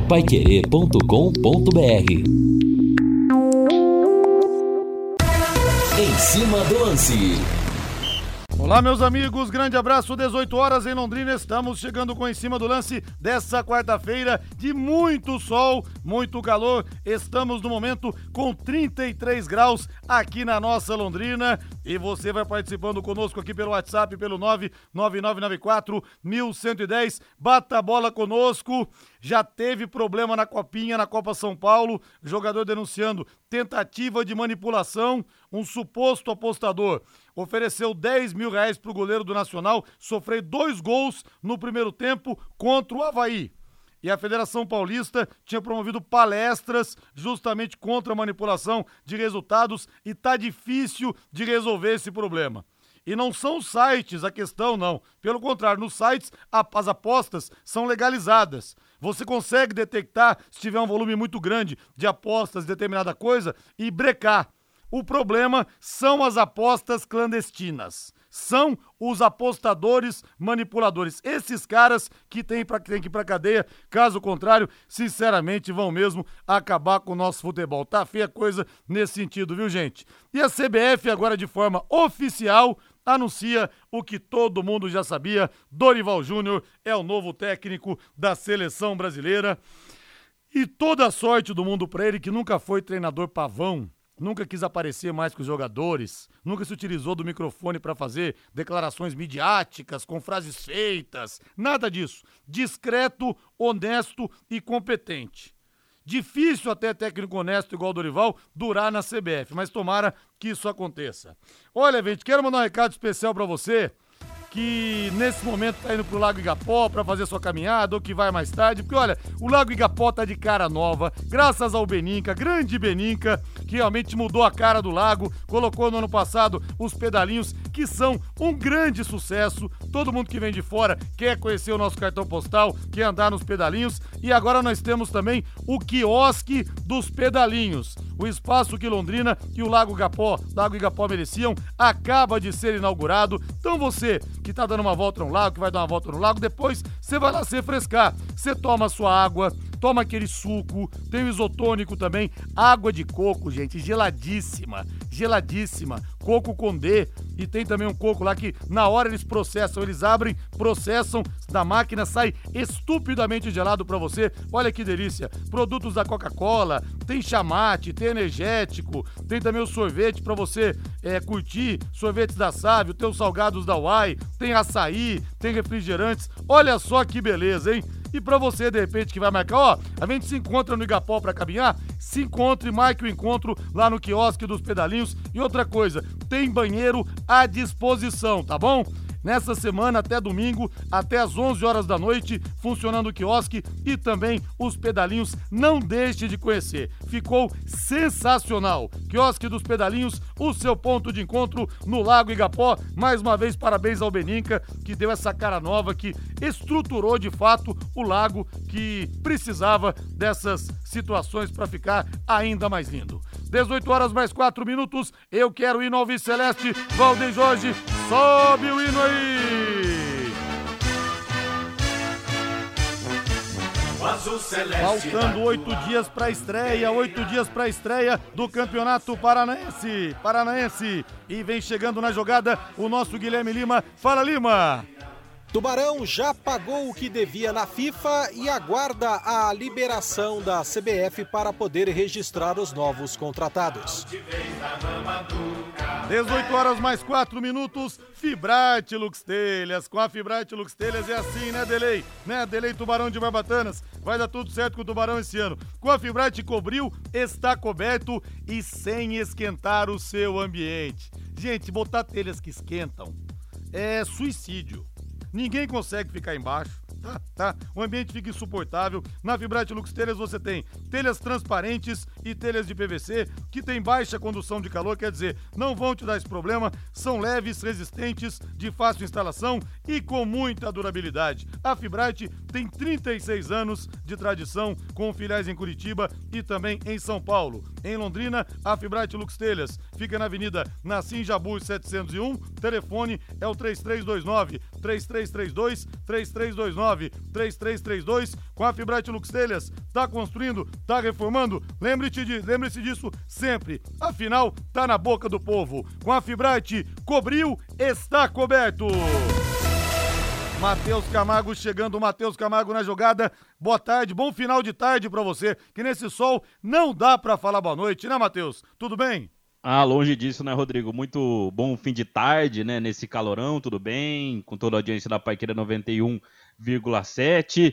paiquerê.com.br. Em cima do lance. Olá, meus amigos, grande abraço, 18 horas em Londrina, estamos chegando com Em Cima do Lance dessa quarta-feira de muito sol, muito calor, estamos no momento com 33 graus aqui na nossa Londrina e você vai participando conosco aqui pelo WhatsApp, pelo 99994-1110, bata a bola conosco. Já teve problema na Copinha, na Copa São Paulo, jogador denunciando tentativa de manipulação, um suposto apostador ofereceu R$10 mil pro goleiro do Nacional sofrer 2 gols no primeiro tempo contra o Avaí. E a Federação Paulista tinha promovido palestras justamente contra a manipulação de resultados e tá difícil de resolver esse problema. E não são os sites a questão, não. Pelo contrário, nos sites as apostas são legalizadas. Você consegue detectar se tiver um volume muito grande de apostas de determinada coisa e brecar. O problema são as apostas clandestinas. São os apostadores manipuladores. Esses caras que tem que ir pra cadeia. Caso contrário, sinceramente, vão mesmo acabar com o nosso futebol. Tá feia coisa nesse sentido, viu, gente? E a CBF, agora de forma oficial, anuncia o que todo mundo já sabia. Dorival Júnior é o novo técnico da seleção brasileira. E toda a sorte do mundo pra ele, que nunca foi treinador pavão. Nunca quis aparecer mais que os jogadores, nunca se utilizou do microfone para fazer declarações midiáticas, com frases feitas, nada disso. Discreto, honesto e competente. Difícil até técnico honesto igual o Dorival durar na CBF, mas tomara que isso aconteça. Olha, gente, quero mandar um recado especial para você que nesse momento tá indo pro Lago Igapó pra fazer sua caminhada ou que vai mais tarde, porque olha, o Lago Igapó tá de cara nova, graças ao Beninca, grande Beninca, que realmente mudou a cara do lago, colocou no ano passado os pedalinhos, que são um grande sucesso, todo mundo que vem de fora quer conhecer o nosso cartão postal, quer andar nos pedalinhos, e agora nós temos também o quiosque dos pedalinhos, o espaço que Londrina e o Lago Igapó mereciam, acaba de ser inaugurado, então você que tá dando uma volta no lago, que vai dar uma volta no lago, depois você vai lá se refrescar. Você toma a sua água, toma aquele suco, tem o isotônico também, água de coco, gente, geladíssima, coco com D, e tem também um coco lá que na hora eles processam, eles abrem, processam, da máquina sai estupidamente gelado pra você, olha que delícia, produtos da Coca-Cola, tem chamate, tem energético, tem também o sorvete pra você curtir, sorvetes da Sávio, tem os salgados da Uai, tem açaí, tem refrigerantes, olha só que beleza, hein? E pra você, de repente, que vai marcar, ó, a gente se encontra no Igapó pra caminhar, se encontre, marque o encontro lá no quiosque dos pedalinhos. E outra coisa, tem banheiro à disposição, tá bom? Nessa semana, até domingo, até às 11 horas da noite, funcionando o quiosque e também os pedalinhos, não deixe de conhecer. Ficou sensacional. Quiosque dos Pedalinhos, o seu ponto de encontro no Lago Igapó. Mais uma vez, parabéns ao Beninca, que deu essa cara nova, que estruturou de fato o lago, que precisava dessas situações para ficar ainda mais lindo. 18 horas mais 4 minutos, eu quero ir no Alves Celeste. Valdeir Jorge, sobe o hino aí! Faltando 8 dias para a estreia do Campeonato Paranaense. E vem chegando na jogada o nosso Guilherme Lima. Fala, Lima! Tubarão já pagou o que devia na FIFA e aguarda a liberação da CBF para poder registrar os novos contratados. 18 horas mais 4 minutos, Fibrate Lux Telhas. Com a Fibrate Lux Telhas é assim, né, Delei? Né, Delei Tubarão de Barbatanas? Vai dar tudo certo com o Tubarão esse ano. Com a Fibrate cobriu, está coberto e sem esquentar o seu ambiente. Gente, botar telhas que esquentam é suicídio. Ninguém consegue ficar embaixo, tá? O ambiente fica insuportável. Na Fibrate Lux Telhas você tem telhas transparentes e telhas de PVC que tem baixa condução de calor, quer dizer, não vão te dar esse problema, são leves, resistentes, de fácil instalação e com muita durabilidade. A Fibrate tem 36 anos de tradição, com filiais em Curitiba e também em São Paulo. Em Londrina, a Fibrate Lux Telhas fica na Avenida Nassim Jabur 701, telefone é o 3329-3332, com a Fibrate Lux Telhas, tá construindo, tá reformando, lembre-se disso sempre, afinal, tá na boca do povo. Com a Fibrate, cobriu, está coberto. Matheus Camargo chegando, Matheus Camargo na jogada. Boa tarde, bom final de tarde pra você, que nesse sol não dá pra falar boa noite, né, Matheus? Tudo bem? Longe disso, né, Rodrigo? Muito bom fim de tarde, né, nesse calorão, tudo bem, com toda a audiência da Paiqueira 91,7,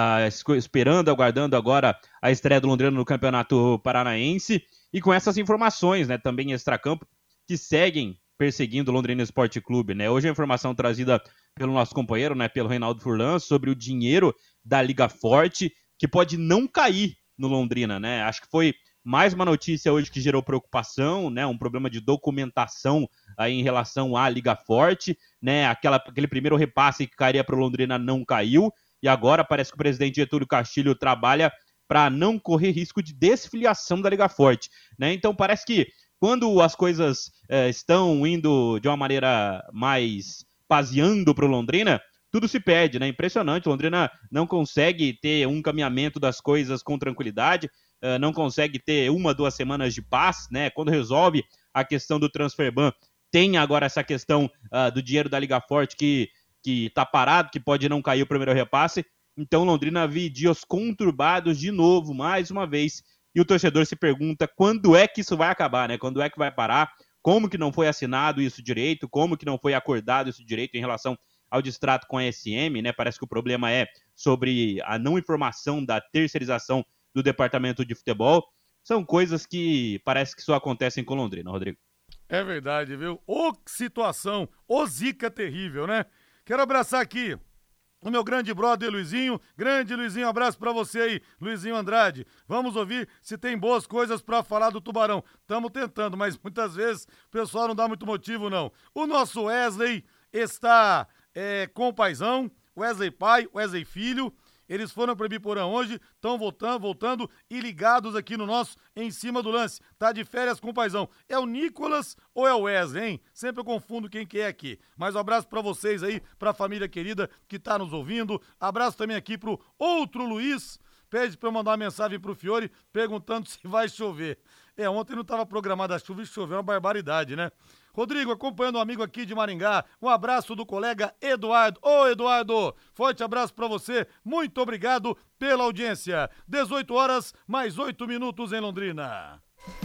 aguardando agora a estreia do Londrina no Campeonato Paranaense, e com essas informações, né, também extracampo, que seguem perseguindo o Londrina Esporte Clube, né? Hoje a informação trazida pelo nosso companheiro, né, pelo Reinaldo Furlan, sobre o dinheiro da Liga Forte, que pode não cair no Londrina, né? Acho que foi mais uma notícia hoje que gerou preocupação, né? Um problema de documentação aí em relação à Liga Forte, né? Aquele primeiro repasse que cairia para o Londrina não caiu, e agora parece que o presidente Getúlio Castilho trabalha para não correr risco de desfiliação da Liga Forte, né? Então parece que quando as coisas estão indo de uma maneira mais paseando para o Londrina, tudo se perde, né? Impressionante, o Londrina não consegue ter um caminhamento das coisas com tranquilidade, não consegue ter 1-2 semanas de paz, né? Quando resolve a questão do transfer ban, tem agora essa questão do dinheiro da Liga Forte que está parado, que pode não cair o primeiro repasse. Então Londrina vive dias conturbados de novo, mais uma vez, e o torcedor se pergunta quando é que isso vai acabar, né? Quando é que vai parar? Como que não foi assinado isso direito? Como que não foi acordado isso direito em relação ao distrato com a SM, né? Parece que o problema é sobre a não informação da terceirização do departamento de futebol. São coisas que parece que só acontecem com Londrina, Rodrigo. É verdade, viu? Ô situação, ô zica terrível, né? Quero abraçar aqui o meu grande brother Luizinho. Grande Luizinho, abraço pra você aí, Luizinho Andrade. Vamos ouvir se tem boas coisas pra falar do Tubarão. Tamo tentando, mas muitas vezes o pessoal não dá muito motivo, não. O nosso Wesley está com o paizão, Wesley pai, Wesley filho. Eles foram para Ibiporã hoje, estão voltando e ligados aqui no nosso Em Cima do Lance. Tá de férias com o paizão. É o Nicolas ou é o Wesley, hein? Sempre eu confundo quem que é aqui. Mas um abraço para vocês aí, pra família querida que tá nos ouvindo. Abraço também aqui pro outro Luiz. Pede para eu mandar uma mensagem pro Fiore perguntando se vai chover. Ontem não tava programada a chuva e choveu, uma barbaridade, né? Rodrigo, acompanhando um amigo aqui de Maringá, um abraço do colega Eduardo. Ô Eduardo, forte abraço pra você, muito obrigado pela audiência. 18 horas, mais 8 minutos em Londrina.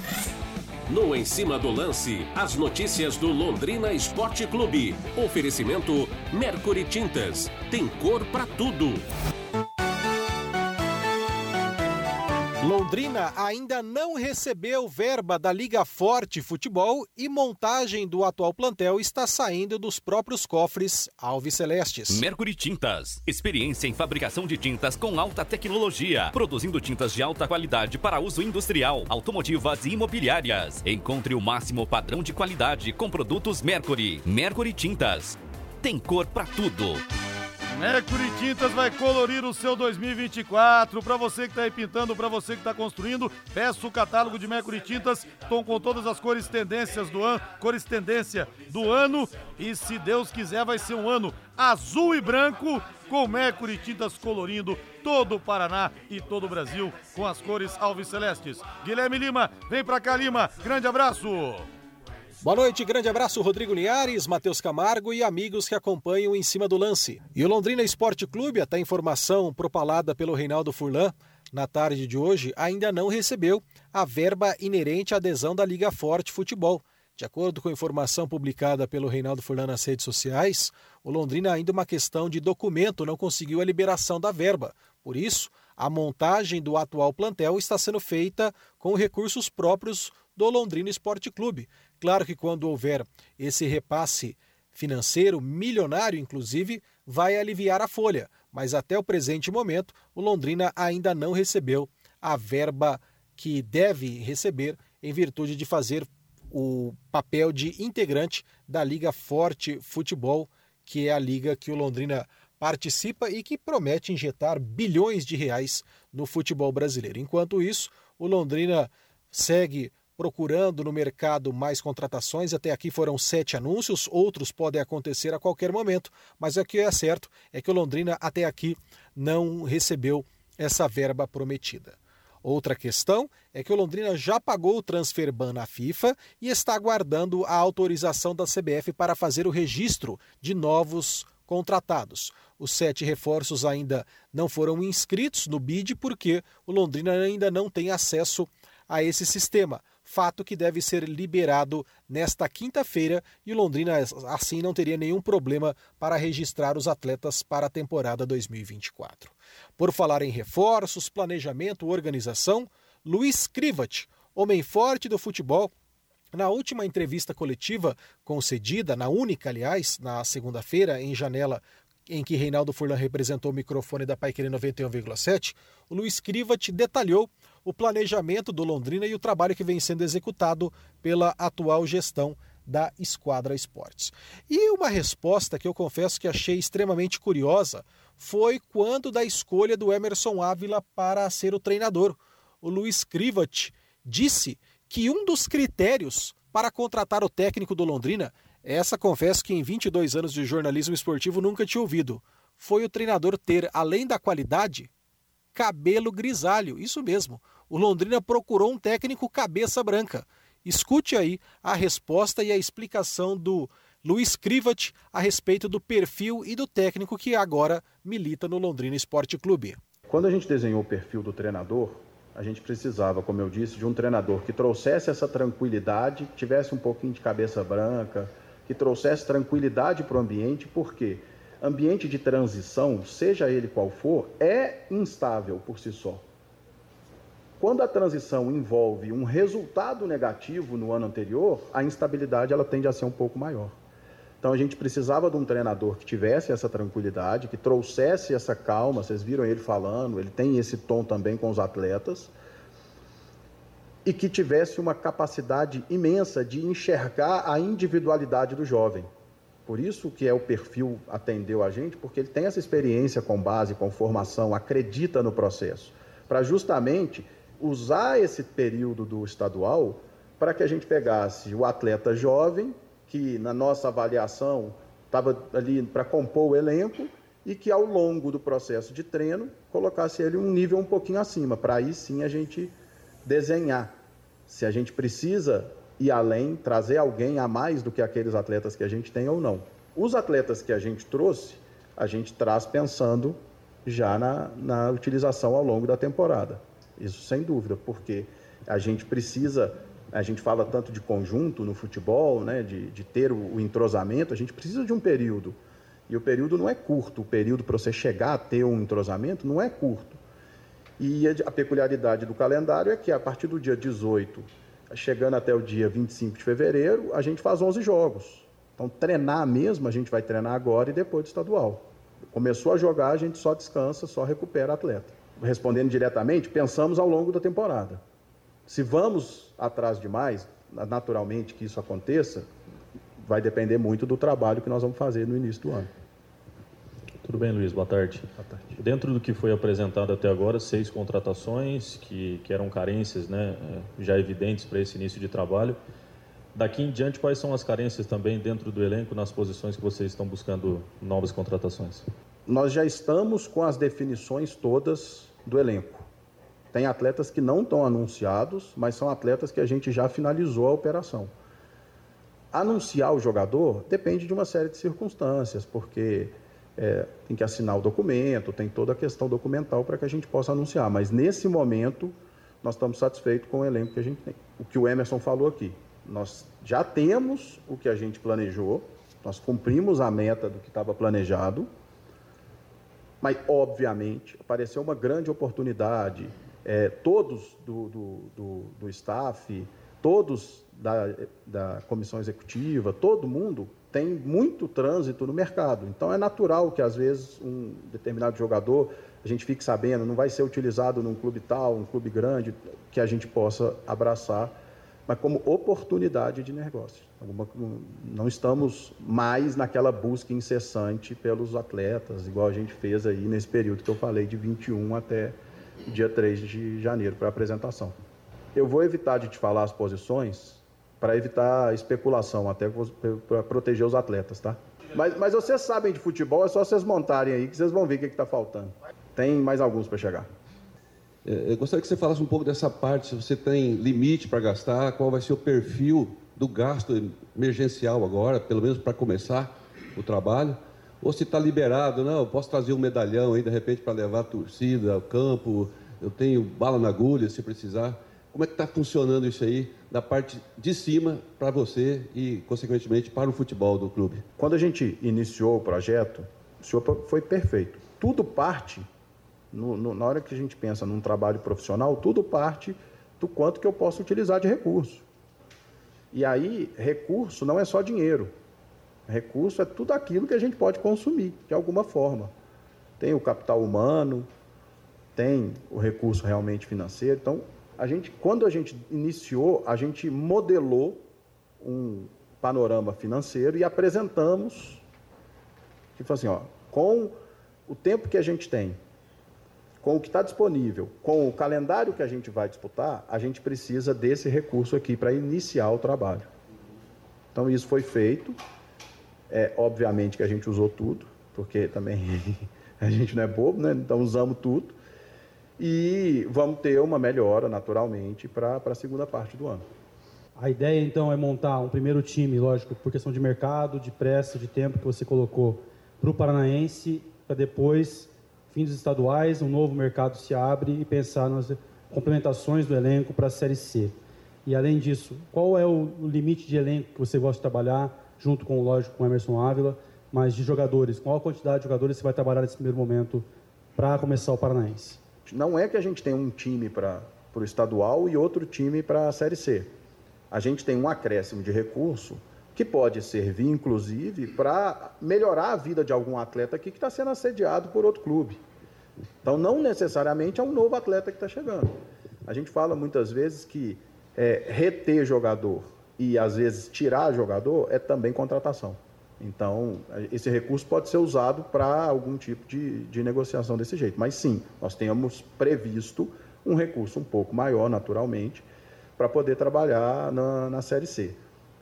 No Em Cima do Lance, as notícias do Londrina Esporte Clube. Oferecimento Mercury Tintas, tem cor pra tudo. Londrina ainda não recebeu verba da Liga Forte Futebol e montagem do atual plantel está saindo dos próprios cofres alvicelestes. Mercury Tintas, experiência em fabricação de tintas com alta tecnologia, produzindo tintas de alta qualidade para uso industrial, automotivas e imobiliárias. Encontre o máximo padrão de qualidade com produtos Mercury. Mercury Tintas, tem cor pra tudo. Mercury Tintas vai colorir o seu 2024. Para você que está aí pintando, para você que está construindo, peça o catálogo de Mercury Tintas, com todas as cores tendência do ano. E se Deus quiser, vai ser um ano azul e branco, com Mercury Tintas colorindo todo o Paraná e todo o Brasil com as cores alvicelestes. Guilherme Lima, vem pra cá, Lima. Grande abraço. Boa noite, grande abraço Rodrigo Linhares, Matheus Camargo e amigos que acompanham Em Cima do Lance. E o Londrina Esporte Clube, até informação propalada pelo Reinaldo Furlan na tarde de hoje, ainda não recebeu a verba inerente à adesão da Liga Forte Futebol. De acordo com a informação publicada pelo Reinaldo Furlan nas redes sociais, o Londrina ainda uma questão de documento não conseguiu a liberação da verba. Por isso, a montagem do atual plantel está sendo feita com recursos próprios do Londrina Esporte Clube. Claro que quando houver esse repasse financeiro, milionário inclusive, vai aliviar a folha. Mas até o presente momento, o Londrina ainda não recebeu a verba que deve receber em virtude de fazer o papel de integrante da Liga Forte Futebol, que é a liga que o Londrina participa e que promete injetar bilhões de reais no futebol brasileiro. Enquanto isso, o Londrina segue procurando no mercado mais contratações. Até aqui foram 7 anúncios, outros podem acontecer a qualquer momento, mas o que é certo é que o Londrina até aqui não recebeu essa verba prometida. Outra questão é que o Londrina já pagou o transfer ban na FIFA e está aguardando a autorização da CBF para fazer o registro de novos contratados. Os 7 reforços ainda não foram inscritos no BID porque o Londrina ainda não tem acesso a esse sistema. Fato que deve ser liberado nesta quinta-feira e o Londrina assim não teria nenhum problema para registrar os atletas para a temporada 2024. Por falar em reforços, planejamento, organização, Luiz Krivach, homem forte do futebol, na última entrevista coletiva concedida, na única, aliás, na segunda-feira, em janela em que Reinaldo Furlan representou o microfone da Paiquerê 91,7, o Luiz Krivach detalhou o planejamento do Londrina e o trabalho que vem sendo executado pela atual gestão da Esquadra Esportes. E uma resposta que eu confesso que achei extremamente curiosa foi quando da escolha do Emerson Ávila para ser o treinador. O Luiz Krivach disse que um dos critérios para contratar o técnico do Londrina, essa confesso que em 22 anos de jornalismo esportivo nunca tinha ouvido, foi o treinador ter, além da qualidade, cabelo grisalho. Isso mesmo, o Londrina procurou um técnico cabeça branca. Escute aí a resposta e a explicação do Luiz Krivach a respeito do perfil e do técnico que agora milita no Londrina Esporte Clube. Quando a gente desenhou o perfil do treinador, a gente precisava, como eu disse, de um treinador que trouxesse essa tranquilidade, que tivesse um pouquinho de cabeça branca, que trouxesse tranquilidade para o ambiente, porque ambiente de transição, seja ele qual for, é instável por si só. Quando a transição envolve um resultado negativo no ano anterior, a instabilidade ela tende a ser um pouco maior. Então a gente precisava de um treinador que tivesse essa tranquilidade, que trouxesse essa calma. Vocês viram ele falando, ele tem esse tom também com os atletas, e que tivesse uma capacidade imensa de enxergar a individualidade do jovem. Por isso que o perfil atendeu a gente, porque ele tem essa experiência com base, com formação, acredita no processo, para justamente usar esse período do estadual para que a gente pegasse o atleta jovem, que na nossa avaliação estava ali para compor o elenco, e que ao longo do processo de treino colocasse ele um nível um pouquinho acima, para aí sim a gente desenhar se a gente precisa ir além, trazer alguém a mais do que aqueles atletas que a gente tem ou não. Os atletas que a gente trouxe, a gente traz pensando já na utilização ao longo da temporada. Isso sem dúvida, porque a gente precisa, a gente fala tanto de conjunto no futebol, né, de ter o entrosamento, a gente precisa de um período. E o período não é curto, o período para você chegar a ter um entrosamento não é curto. E a peculiaridade do calendário é que a partir do dia 18, chegando até o dia 25 de fevereiro, a gente faz 11 jogos. Então treinar mesmo, a gente vai treinar agora e depois do estadual. Começou a jogar, a gente só descansa, só recupera atleta. Respondendo diretamente, pensamos ao longo da temporada. Se vamos atrás demais, naturalmente que isso aconteça, vai depender muito do trabalho que nós vamos fazer no início do ano. Tudo bem, Luiz? Boa tarde. Boa tarde. Dentro do que foi apresentado até agora, 6 contratações que eram carências, né, já evidentes para esse início de trabalho. Daqui em diante, quais são as carências também dentro do elenco, nas posições que vocês estão buscando novas contratações? Nós já estamos com as definições todas do elenco. Tem atletas que não estão anunciados, mas são atletas que a gente já finalizou a operação. Anunciar o jogador depende de uma série de circunstâncias, porque tem que assinar o documento, tem toda a questão documental para que a gente possa anunciar. Mas nesse momento, nós estamos satisfeitos com o elenco que a gente tem. O que o Emerson falou aqui, nós já temos o que a gente planejou, nós cumprimos a meta do que estava planejado, mas, obviamente, apareceu uma grande oportunidade. Todos do staff, todos da comissão executiva, todo mundo tem muito trânsito no mercado. Então, é natural que, às vezes, um determinado jogador, a gente fique sabendo, não vai ser utilizado num clube tal, um clube grande, que a gente possa abraçar mas como oportunidade de negócio. Não estamos mais naquela busca incessante pelos atletas, igual a gente fez aí nesse período que eu falei, de 21 até dia 3 de janeiro, para a apresentação. Eu vou evitar de te falar as posições para evitar especulação, até para proteger os atletas, tá? Mas vocês sabem de futebol, é só vocês montarem aí que vocês vão ver o que está faltando. Tem mais alguns para chegar. Eu gostaria que você falasse um pouco dessa parte, se você tem limite para gastar, qual vai ser o perfil do gasto emergencial agora, pelo menos para começar o trabalho, ou se está liberado, não, eu posso trazer um medalhão aí, de repente, para levar a torcida ao campo, eu tenho bala na agulha, se precisar. Como é que está funcionando isso aí, da parte de cima para você e, consequentemente, para o futebol do clube? Quando a gente iniciou o projeto, o senhor foi perfeito. Tudo parte... na hora que a gente pensa num trabalho profissional, tudo parte do quanto que eu posso utilizar de recurso. E aí, recurso não é só dinheiro. Recurso é tudo aquilo que a gente pode consumir, de alguma forma. Tem o capital humano, tem o recurso realmente financeiro. Então, quando a gente iniciou, a gente modelou um panorama financeiro e apresentamos, tipo assim, com o tempo que a gente tem, com o que está disponível, com o calendário que a gente vai disputar, a gente precisa desse recurso aqui para iniciar o trabalho. Então, isso foi feito. Obviamente que a gente usou tudo, porque também a gente não é bobo, né? Então, usamos tudo. E vamos ter uma melhora, naturalmente, para a segunda parte do ano. A ideia, então, é montar um primeiro time, lógico, por questão de mercado, de pressa, de tempo que você colocou para o Paranaense, para depois... fim dos estaduais, um novo mercado se abre e pensar nas complementações do elenco para a Série C. E, além disso, qual é o limite de elenco que você gosta de trabalhar, junto com, lógico, com o Emerson Ávila, mas de jogadores? Qual a quantidade de jogadores você vai trabalhar nesse primeiro momento para começar o Paranaense? Não é que a gente tem um time para o estadual e outro time para a Série C. A gente tem um acréscimo de recurso que pode servir, inclusive, para melhorar a vida de algum atleta aqui que está sendo assediado por outro clube. Então, não necessariamente é um novo atleta que está chegando. A gente fala muitas vezes que reter jogador e, às vezes, tirar jogador é também contratação. Então, esse recurso pode ser usado para algum tipo de negociação desse jeito. Mas, sim, nós temos previsto um recurso um pouco maior, naturalmente, para poder trabalhar na Série C.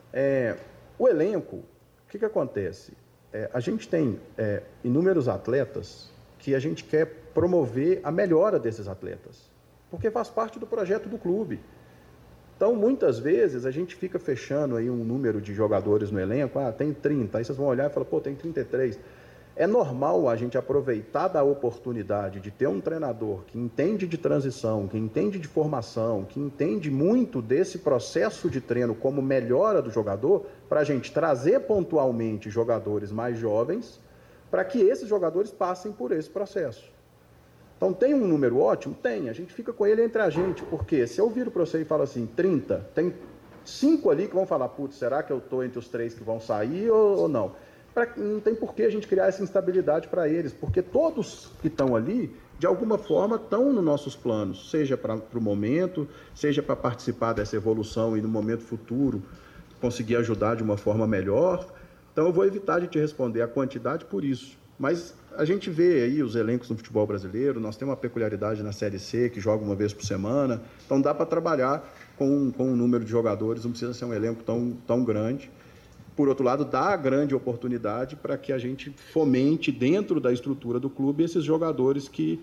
O elenco, o que acontece? A gente tem inúmeros atletas que a gente quer promover a melhora desses atletas, porque faz parte do projeto do clube. Então, muitas vezes, a gente fica fechando aí um número de jogadores no elenco, tem 30, aí vocês vão olhar e falar, tem 33. É normal a gente aproveitar da oportunidade de ter um treinador que entende de transição, que entende de formação, que entende muito desse processo de treino como melhora do jogador, para a gente trazer pontualmente jogadores mais jovens, para que esses jogadores passem por esse processo. Então, tem um número ótimo? Tem. A gente fica com ele entre a gente, porque se eu viro para você e falo assim, 30, tem 5 ali que vão falar, será que eu estou entre os 3 que vão sair ou não? Não tem por que a gente criar essa instabilidade para eles, porque todos que estão ali, de alguma forma, estão nos nossos planos, seja para o momento, seja para participar dessa evolução e no momento futuro conseguir ajudar de uma forma melhor. Então, eu vou evitar de te responder a quantidade por isso. Mas a gente vê aí os elencos no futebol brasileiro, nós temos uma peculiaridade na Série C, que joga uma vez por semana, então dá para trabalhar com um número de jogadores, não precisa ser um elenco tão grande. Por outro lado, dá a grande oportunidade para que a gente fomente dentro da estrutura do clube esses jogadores que,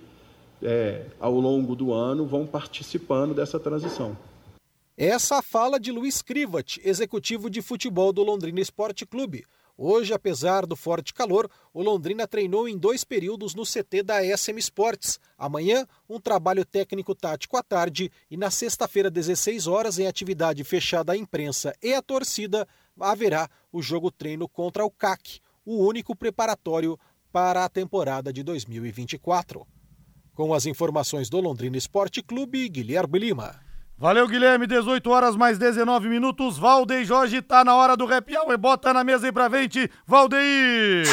ao longo do ano, vão participando dessa transição. Essa a fala de Luiz Krivat, executivo de futebol do Londrina Esporte Clube. Hoje, apesar do forte calor, o Londrina treinou em 2 períodos no CT da SM Sports. Amanhã, um trabalho técnico-tático à tarde e na sexta-feira, 16 horas, em atividade fechada à imprensa e à torcida, haverá o jogo-treino contra o CAC, o único preparatório para a temporada de 2024. Com as informações do Londrina Esporte Clube, Guilherme Lima. Valeu, Guilherme, 18 horas mais 19 minutos, Valdeir Jorge, tá na hora do Happy Hour, bota na mesa aí pra frente, Valdeir!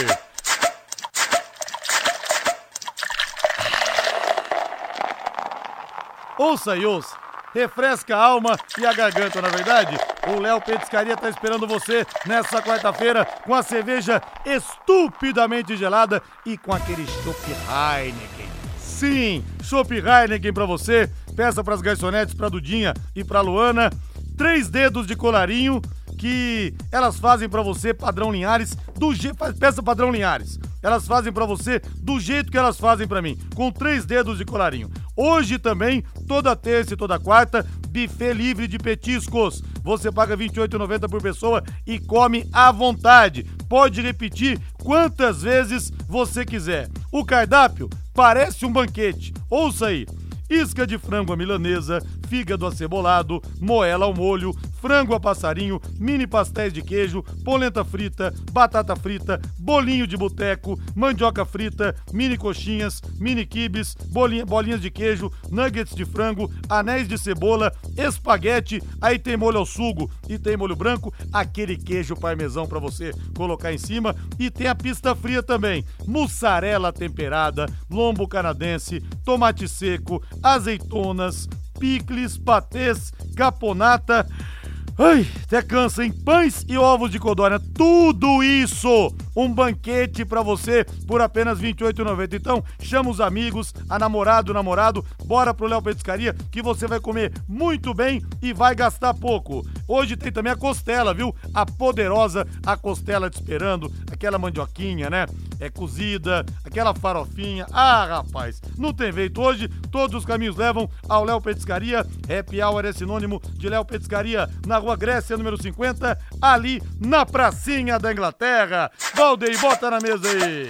Ouça e ouça, refresca a alma e a garganta, na verdade. O Léo Petiscaria tá esperando você nessa quarta-feira com a cerveja estupidamente gelada e com aquele chopp Heineken. Sim, chopp Heineken pra você. Peça pras garçonetes, pra Dudinha e pra Luana. 3 dedos de colarinho que elas fazem pra você, padrão Linhares, peça padrão Linhares. Elas fazem pra você do jeito que elas fazem pra mim, com 3 dedos de colarinho. Hoje também, toda terça e toda quarta, buffet livre de petiscos. Você paga R$ 28,90 por pessoa e come à vontade. Pode repetir quantas vezes você quiser. O cardápio parece um banquete. Ouça aí. Isca de frango à milanesa, fígado acebolado, moela ao molho, frango a passarinho, mini pastéis de queijo, polenta frita, batata frita, bolinho de boteco, mandioca frita, mini coxinhas, mini quibes, bolinhas de queijo, nuggets de frango, anéis de cebola, espaguete, aí tem molho ao sugo e tem molho branco, aquele queijo parmesão pra você colocar em cima e tem a pista fria também, mussarela temperada, lombo canadense, tomate seco, azeitonas, picles, patês, caponata. Ai, até cansa, hein? Pães e ovos de codorna, tudo isso! Um banquete pra você por apenas R$ 28,90. Então, chama os amigos, a namorada, o namorado, bora pro Léo Petiscaria que você vai comer muito bem e vai gastar pouco. Hoje tem também a costela, viu? A poderosa, a costela te esperando, aquela mandioquinha, né? É cozida, aquela farofinha. Ah, rapaz, não tem jeito. Hoje, todos os caminhos levam ao Léo Petiscaria. Happy Hour é sinônimo de Léo Petiscaria, na Rua Grécia, número 50, ali na pracinha da Inglaterra. Valdeir, bota na mesa aí.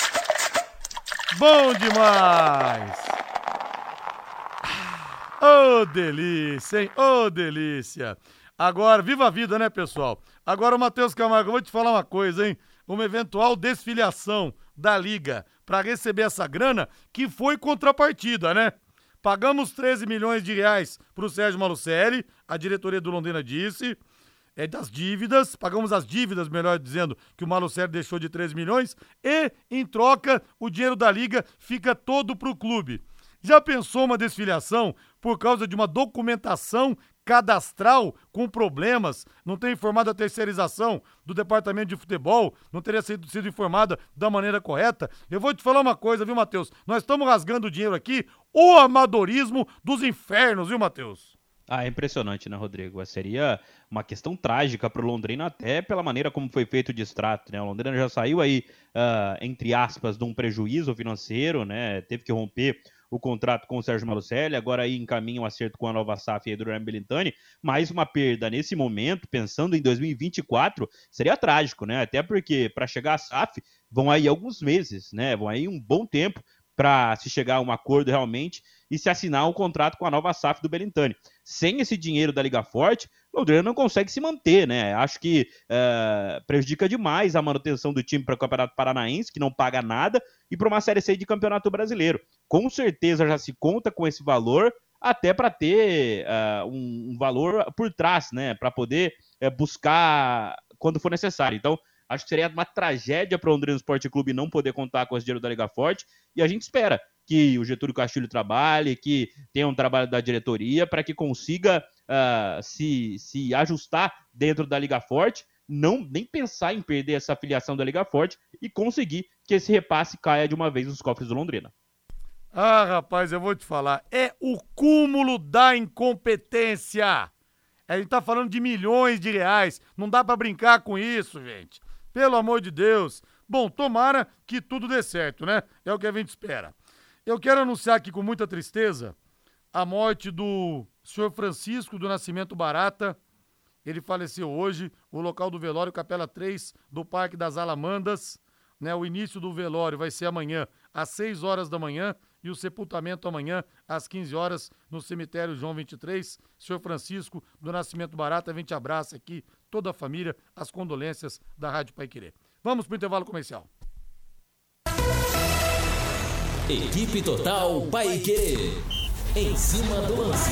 Bom demais. Ô, delícia, hein? Ô, delícia. Agora, viva a vida, né, pessoal? Agora, o Matheus Camargo, eu vou te falar uma coisa, hein? Uma eventual desfiliação da Liga para receber essa grana, que foi contrapartida, né? Pagamos 13 milhões de reais pro Sérgio Malucelli, a diretoria do Londrina disse, das dívidas, pagamos as dívidas, melhor dizendo, que o Malucelli deixou de 13 milhões, e, em troca, o dinheiro da Liga fica todo pro clube. Já pensou uma desfiliação por causa de uma documentação cadastral com problemas, não ter informado a terceirização do departamento de futebol, não teria sido informada da maneira correta? Eu vou te falar uma coisa, viu, Matheus? Nós estamos rasgando dinheiro aqui, o amadorismo dos infernos, viu, Matheus? Ah, é impressionante, né, Rodrigo? Seria uma questão trágica para o Londrina, até pela maneira como foi feito o distrato, né? O Londrina já saiu aí, entre aspas, de um prejuízo financeiro, né? Teve que romper o contrato com o Sérgio Malucelli, agora aí encaminha um acerto com a nova SAF e do Ryan Belintani, mais uma perda nesse momento, pensando em 2024, seria trágico, né? Até porque para chegar à SAF vão aí alguns meses, né? Vão aí um bom tempo para se chegar a um acordo realmente e se assinar um contrato com a nova SAF do Belintani. Sem esse dinheiro da Liga Forte, o Londrina não consegue se manter, né? Acho que prejudica demais a manutenção do time para o Campeonato Paranaense, que não paga nada, e para uma Série C de Campeonato Brasileiro. Com certeza já se conta com esse valor, até para ter um valor por trás, né? Para poder buscar quando for necessário. Então, acho que seria uma tragédia para o Londrina Esporte Clube não poder contar com esse dinheiro da Liga Forte, e a gente espera que o Getúlio Castilho trabalhe, que tenha um trabalho da diretoria para que consiga se ajustar dentro da Liga Forte, nem pensar em perder essa afiliação da Liga Forte e conseguir que esse repasse caia de uma vez nos cofres do Londrina. Ah, rapaz, eu vou te falar, é o cúmulo da incompetência. A gente tá falando de milhões de reais, não dá pra brincar com isso, gente. Pelo amor de Deus. Bom, tomara que tudo dê certo, né? É o que a gente espera. Eu quero anunciar aqui com muita tristeza a morte do senhor Francisco do Nascimento Barata. Ele faleceu hoje, o local do velório, Capela 3 do Parque das Alamandas. Né? O início do velório vai ser amanhã, às 6 horas da manhã, e o sepultamento amanhã, às 15 horas, no cemitério João 23. Senhor Francisco do Nascimento Barata, a gente abraça aqui toda a família, as condolências da Rádio Paiquerê. Vamos para o intervalo comercial. Equipe Total Paiquerê, em cima do lance.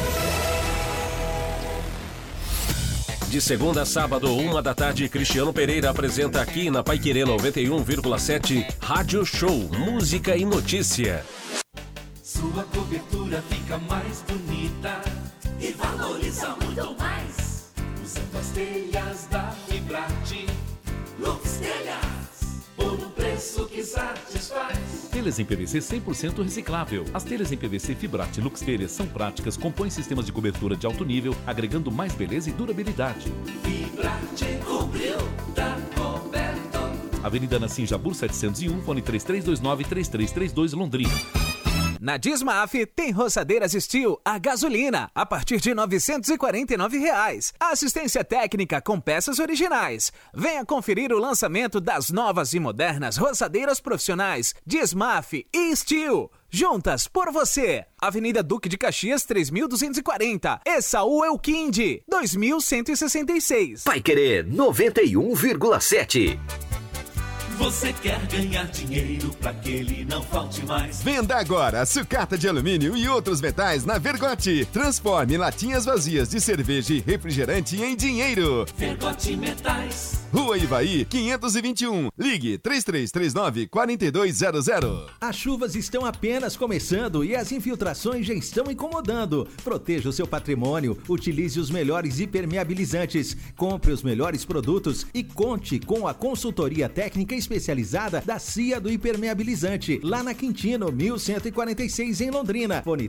De segunda a sábado, 13h, Cristiano Pereira apresenta aqui na Paiquerê 91,7 Rádio Show, música e notícia. Sua cobertura fica mais bonita e valoriza muito mais. Usando as telhas da Fibrate, Lux Telhas, por um preço que satisfaz. Telhas em PVC 100% reciclável. As telhas em PVC Fibrate Lux Telhas são práticas, compõem sistemas de cobertura de alto nível, agregando mais beleza e durabilidade. Fibrate cobriu, tá coberto. Avenida Nassim-Jabur 701, fone 3329-3332, Londrina. Na Dismaf tem roçadeiras Steel a gasolina a partir de R$ 949. Assistência técnica com peças originais. Venha conferir o lançamento das novas e modernas roçadeiras profissionais Dismaf e Steel. Juntas por você. Avenida Duque de Caxias 3240. Essaú Elquinde 2166. Paiquerê 91,7. Você quer ganhar dinheiro pra que ele não falte mais? Venda agora a sucata de alumínio e outros metais na Vergote. Transforme latinhas vazias de cerveja e refrigerante em dinheiro. Vergote Metais. Rua Ivaí, 521. Ligue 3339-4200. As chuvas estão apenas começando e as infiltrações já estão incomodando. Proteja o seu patrimônio, utilize os melhores impermeabilizantes, compre os melhores produtos e conte com a consultoria técnica especializada da CIA do Impermeabilizante, lá na Quintino, 1146 em Londrina. Fone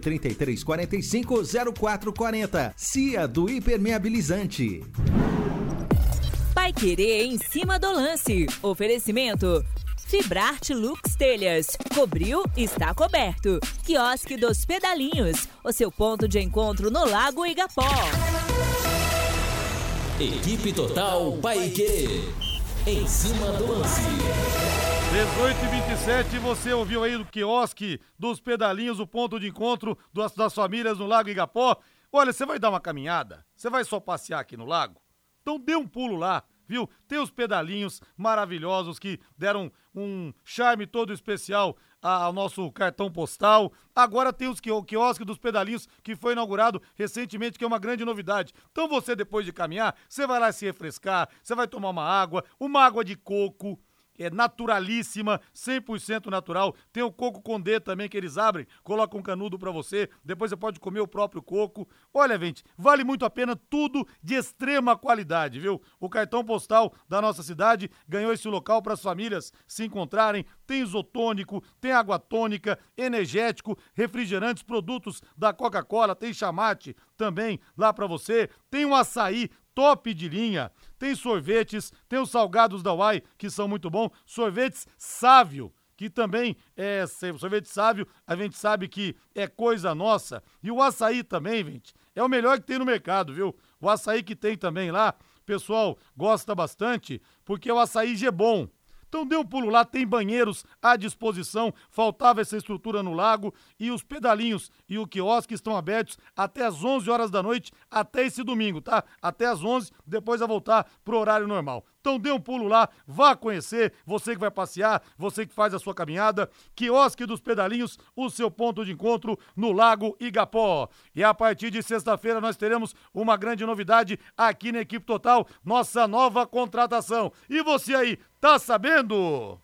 3345-0440. CIA do Impermeabilizante. Paiquerê em cima do lance. Oferecimento Fibrate Lux Telhas. Cobriu, está coberto. Quiosque dos Pedalinhos. O seu ponto de encontro no Lago Igapó. Equipe Total Paiquerê. Em cima do lance. 18h27, você ouviu aí do quiosque dos Pedalinhos, o ponto de encontro das famílias no Lago Igapó. Olha, você vai dar uma caminhada? Você vai só passear aqui no lago? Então dê um pulo lá, viu? Tem os pedalinhos maravilhosos que deram um charme todo especial ao nosso cartão postal. Agora tem o quiosque dos pedalinhos que foi inaugurado recentemente, que é uma grande novidade. Então você, depois de caminhar, você vai lá se refrescar, você vai tomar uma água de coco, é naturalíssima, 100% natural. Tem o coco Condé também, que eles abrem, colocam um canudo pra você, depois você pode comer o próprio coco. Olha, gente, vale muito a pena, tudo de extrema qualidade, viu? O cartão postal da nossa cidade ganhou esse local para as famílias se encontrarem. Tem isotônico, tem água tônica, energético, refrigerantes, produtos da Coca-Cola, tem chamate também lá pra você, tem um açaí top de linha, tem sorvetes, tem os salgados da Uai, que são muito bons, sorvetes Sávio, que também é sorvete Sávio, a gente sabe que é coisa nossa, e o açaí também, gente, é o melhor que tem no mercado, viu? O açaí que tem também lá, o pessoal gosta bastante, porque é o açaí Gebon. Então dê um pulo lá, tem banheiros à disposição, faltava essa estrutura no lago, e os pedalinhos e o quiosque estão abertos até às 11 horas da noite, até esse domingo, tá? Até às 11, depois vai voltar pro horário normal. Então dê um pulo lá, vá conhecer, você que vai passear, você que faz a sua caminhada, quiosque dos pedalinhos, o seu ponto de encontro no Lago Igapó. E a partir de sexta-feira nós teremos uma grande novidade aqui na Equipe Total, nossa nova contratação. E você aí, tá sabendo?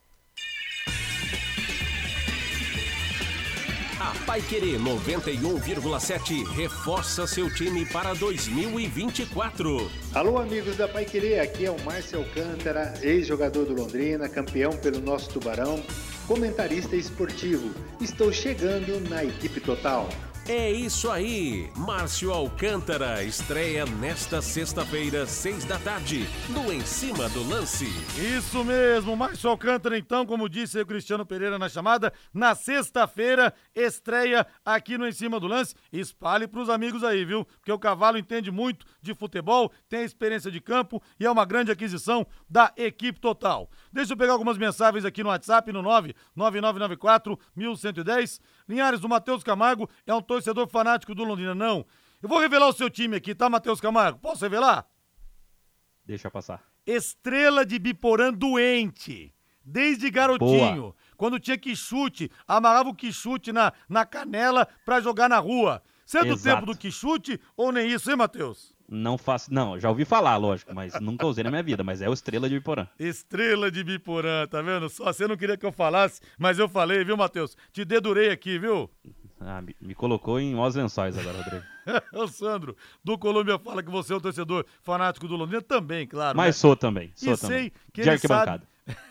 A Paiquerê 91,7 reforça seu time para 2024. Alô, amigos da Paiquerê, aqui é o Márcio Alcântara, ex-jogador do Londrina, campeão pelo nosso Tubarão, comentarista esportivo. Estou chegando na Equipe Total. É isso aí, Márcio Alcântara estreia nesta sexta-feira, 6 da tarde, no Em Cima do Lance. Isso mesmo, Márcio Alcântara, então, como disse o Cristiano Pereira na chamada, na sexta-feira, estreia aqui no Em Cima do Lance. Espalhe pros amigos aí, viu? Porque o Cavalo entende muito de futebol, tem experiência de campo e é uma grande aquisição da Equipe Total. Deixa eu pegar algumas mensagens aqui no WhatsApp, no 99994-1110. Linhares, o Matheus Camargo é um torcedor fanático do Londrina, não. Eu vou revelar o seu time aqui, tá, Matheus Camargo? Posso revelar? Deixa passar. Estrela de Biporã doente. Desde garotinho. Boa. Quando tinha quichute, amarrava o quichute na canela pra jogar na rua. Você é do tempo do quichute ou nem isso, hein, Matheus? Não faço, não, já ouvi falar, lógico, mas nunca usei na minha vida, mas é o Estrela de Biporã. Estrela de Biporã, tá vendo? Só você não queria que eu falasse, mas eu falei, viu, Matheus? Te dedurei aqui, viu? Me colocou em maus lençóis agora, Rodrigo. O Sandro, do Colômbia, fala que você é um torcedor fanático do Londrina também, claro. Mas né? sou também. Sei que de ele arquibancada.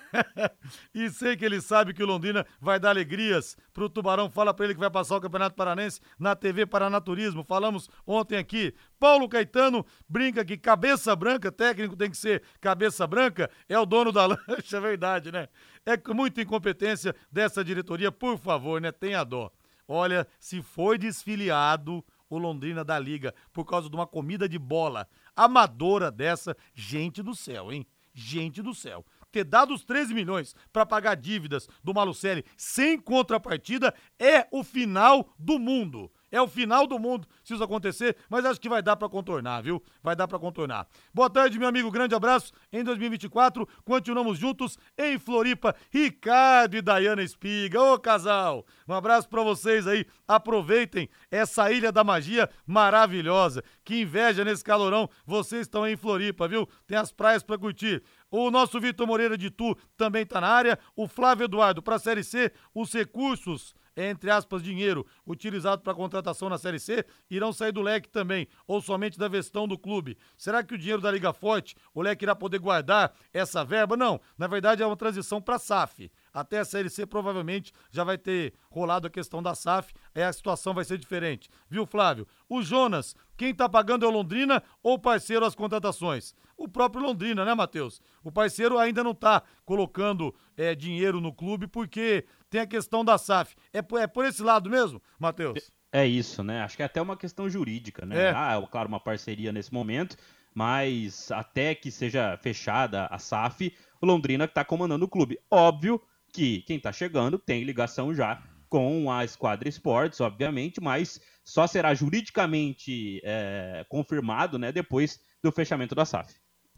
E sei que ele sabe que o Londrina vai dar alegrias pro Tubarão. Fala pra ele que vai passar o Campeonato Paranense na TV Paranaturismo. Falamos ontem aqui. Paulo Caetano brinca que cabeça branca, técnico tem que ser cabeça branca, é o dono da lancha, é verdade, né? É muita incompetência dessa diretoria, por favor, né? Tenha dó. Olha, se foi desfiliado o Londrina da Liga por causa de uma comida de bola amadora dessa, gente do céu, hein? Gente do céu. Ter dado os 13 milhões para pagar dívidas do Malucelli sem contrapartida é o final do mundo. É o final do mundo se isso acontecer, mas acho que vai dar para contornar, viu? Vai dar para contornar. Boa tarde, meu amigo, grande abraço. Em 2024, continuamos juntos em Floripa. Ricardo e Dayana Espiga, ô casal. Um abraço para vocês aí. Aproveitem essa Ilha da Magia maravilhosa. Que inveja nesse calorão. Vocês estão aí em Floripa, viu? Tem as praias para curtir. O nosso Vitor Moreira de Tu também tá na área. O Flávio Eduardo, para a Série C, os recursos, entre aspas, dinheiro utilizado para contratação na Série C, irão sair do leque também, ou somente da gestão do clube. Será que o dinheiro da Liga Forte, o leque irá poder guardar essa verba? Não, na verdade é uma transição para a SAF. Até a Série C provavelmente já vai ter rolado a questão da SAF, aí a situação vai ser diferente. Viu, Flávio? O Jonas, quem tá pagando é o Londrina ou o parceiro as contratações? O próprio Londrina, né, Matheus? O parceiro ainda não tá colocando dinheiro no clube porque tem a questão da SAF. É por esse lado mesmo, Matheus? É isso, né? Acho que é até uma questão jurídica, né? Claro, uma parceria nesse momento, mas até que seja fechada a SAF, o Londrina tá comandando o clube. Óbvio que quem tá chegando tem ligação já com a Esquadra Esportes, obviamente, mas só será juridicamente confirmado, né, depois do fechamento da SAF.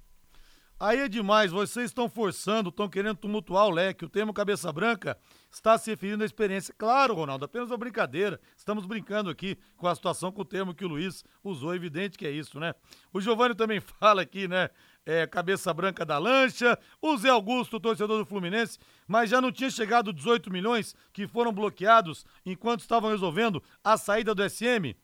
Aí é demais, vocês estão forçando, estão querendo tumultuar o leque. O termo cabeça branca está se referindo à experiência. Claro, Ronaldo, apenas uma brincadeira. Estamos brincando aqui com a situação, com o termo que o Luiz usou. É evidente que é isso, né? O Giovanni também fala aqui, né? Cabeça branca da lancha. O Zé Augusto, torcedor do Fluminense, mas já não tinha chegado 18 milhões que foram bloqueados enquanto estavam resolvendo a saída do SM?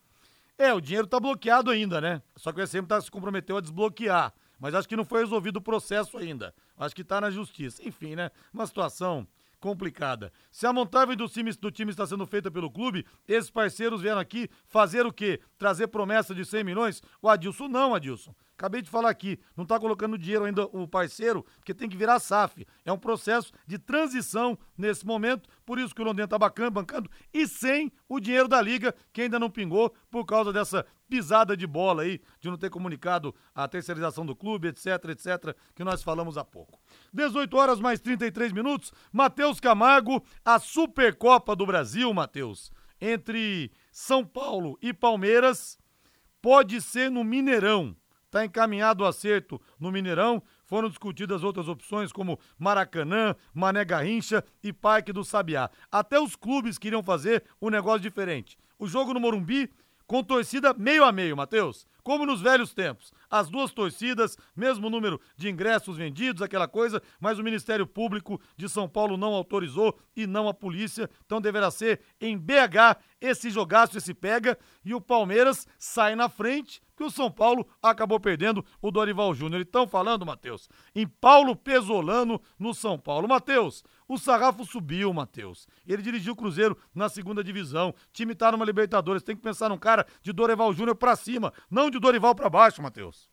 O dinheiro está bloqueado ainda, né? Só que o SM se comprometeu a desbloquear. Mas acho que não foi resolvido o processo ainda. Acho que tá na justiça. Enfim, né? Uma situação complicada. Se a montagem do time está sendo feita pelo clube, esses parceiros vieram aqui fazer o quê? Trazer promessa de 100 milhões? O Adilson não, Adilson. Acabei de falar aqui, não tá colocando dinheiro ainda o parceiro, porque tem que virar SAF. É um processo de transição nesse momento, por isso que o Londrina tá bancando, e sem o dinheiro da Liga, que ainda não pingou, por causa dessa pisada de bola aí, de não ter comunicado a terceirização do clube, etc, que nós falamos há pouco. 18 horas mais 33 minutos, Matheus Camargo, a Supercopa do Brasil, Matheus, entre São Paulo e Palmeiras, pode ser no Mineirão. Está encaminhado o acerto no Mineirão, foram discutidas outras opções como Maracanã, Mané Garrincha e Parque do Sabiá. Até os clubes queriam fazer um negócio diferente. O jogo no Morumbi com torcida meio a meio, Matheus, como nos velhos tempos. As duas torcidas, mesmo número de ingressos vendidos, aquela coisa, mas o Ministério Público de São Paulo não autorizou e não a polícia, então deverá ser em BH esse jogaço, esse pega, e o Palmeiras sai na frente, porque o São Paulo acabou perdendo o Dorival Júnior. Estão falando, Matheus, em Paulo Pesolano no São Paulo. Matheus, o sarrafo subiu, Matheus. Ele dirigiu o Cruzeiro na segunda divisão. O time tá numa Libertadores. Tem que pensar num cara de Dorival Júnior pra cima, não de Dorival pra baixo, Matheus.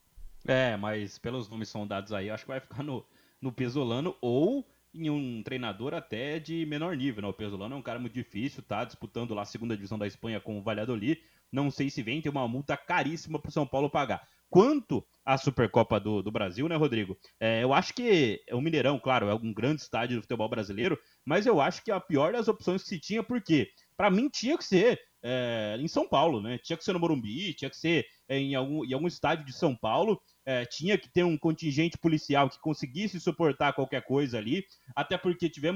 Mas pelos nomes sondados aí, acho que vai ficar no Pesolano ou em um treinador até de menor nível, né? O Pesolano é um cara muito difícil, tá disputando lá a segunda divisão da Espanha com o Valladolid. Não sei se vem, tem uma multa caríssima pro São Paulo pagar. Quanto à Supercopa do Brasil, né, Rodrigo? Eu acho que o Mineirão, claro, é um grande estádio do futebol brasileiro, mas eu acho que é a pior das opções que se tinha, porque pra mim tinha que ser em São Paulo, né? Tinha que ser no Morumbi, tinha que ser em algum estádio de São Paulo, tinha que ter um contingente policial que conseguisse suportar qualquer coisa ali, até porque tivemos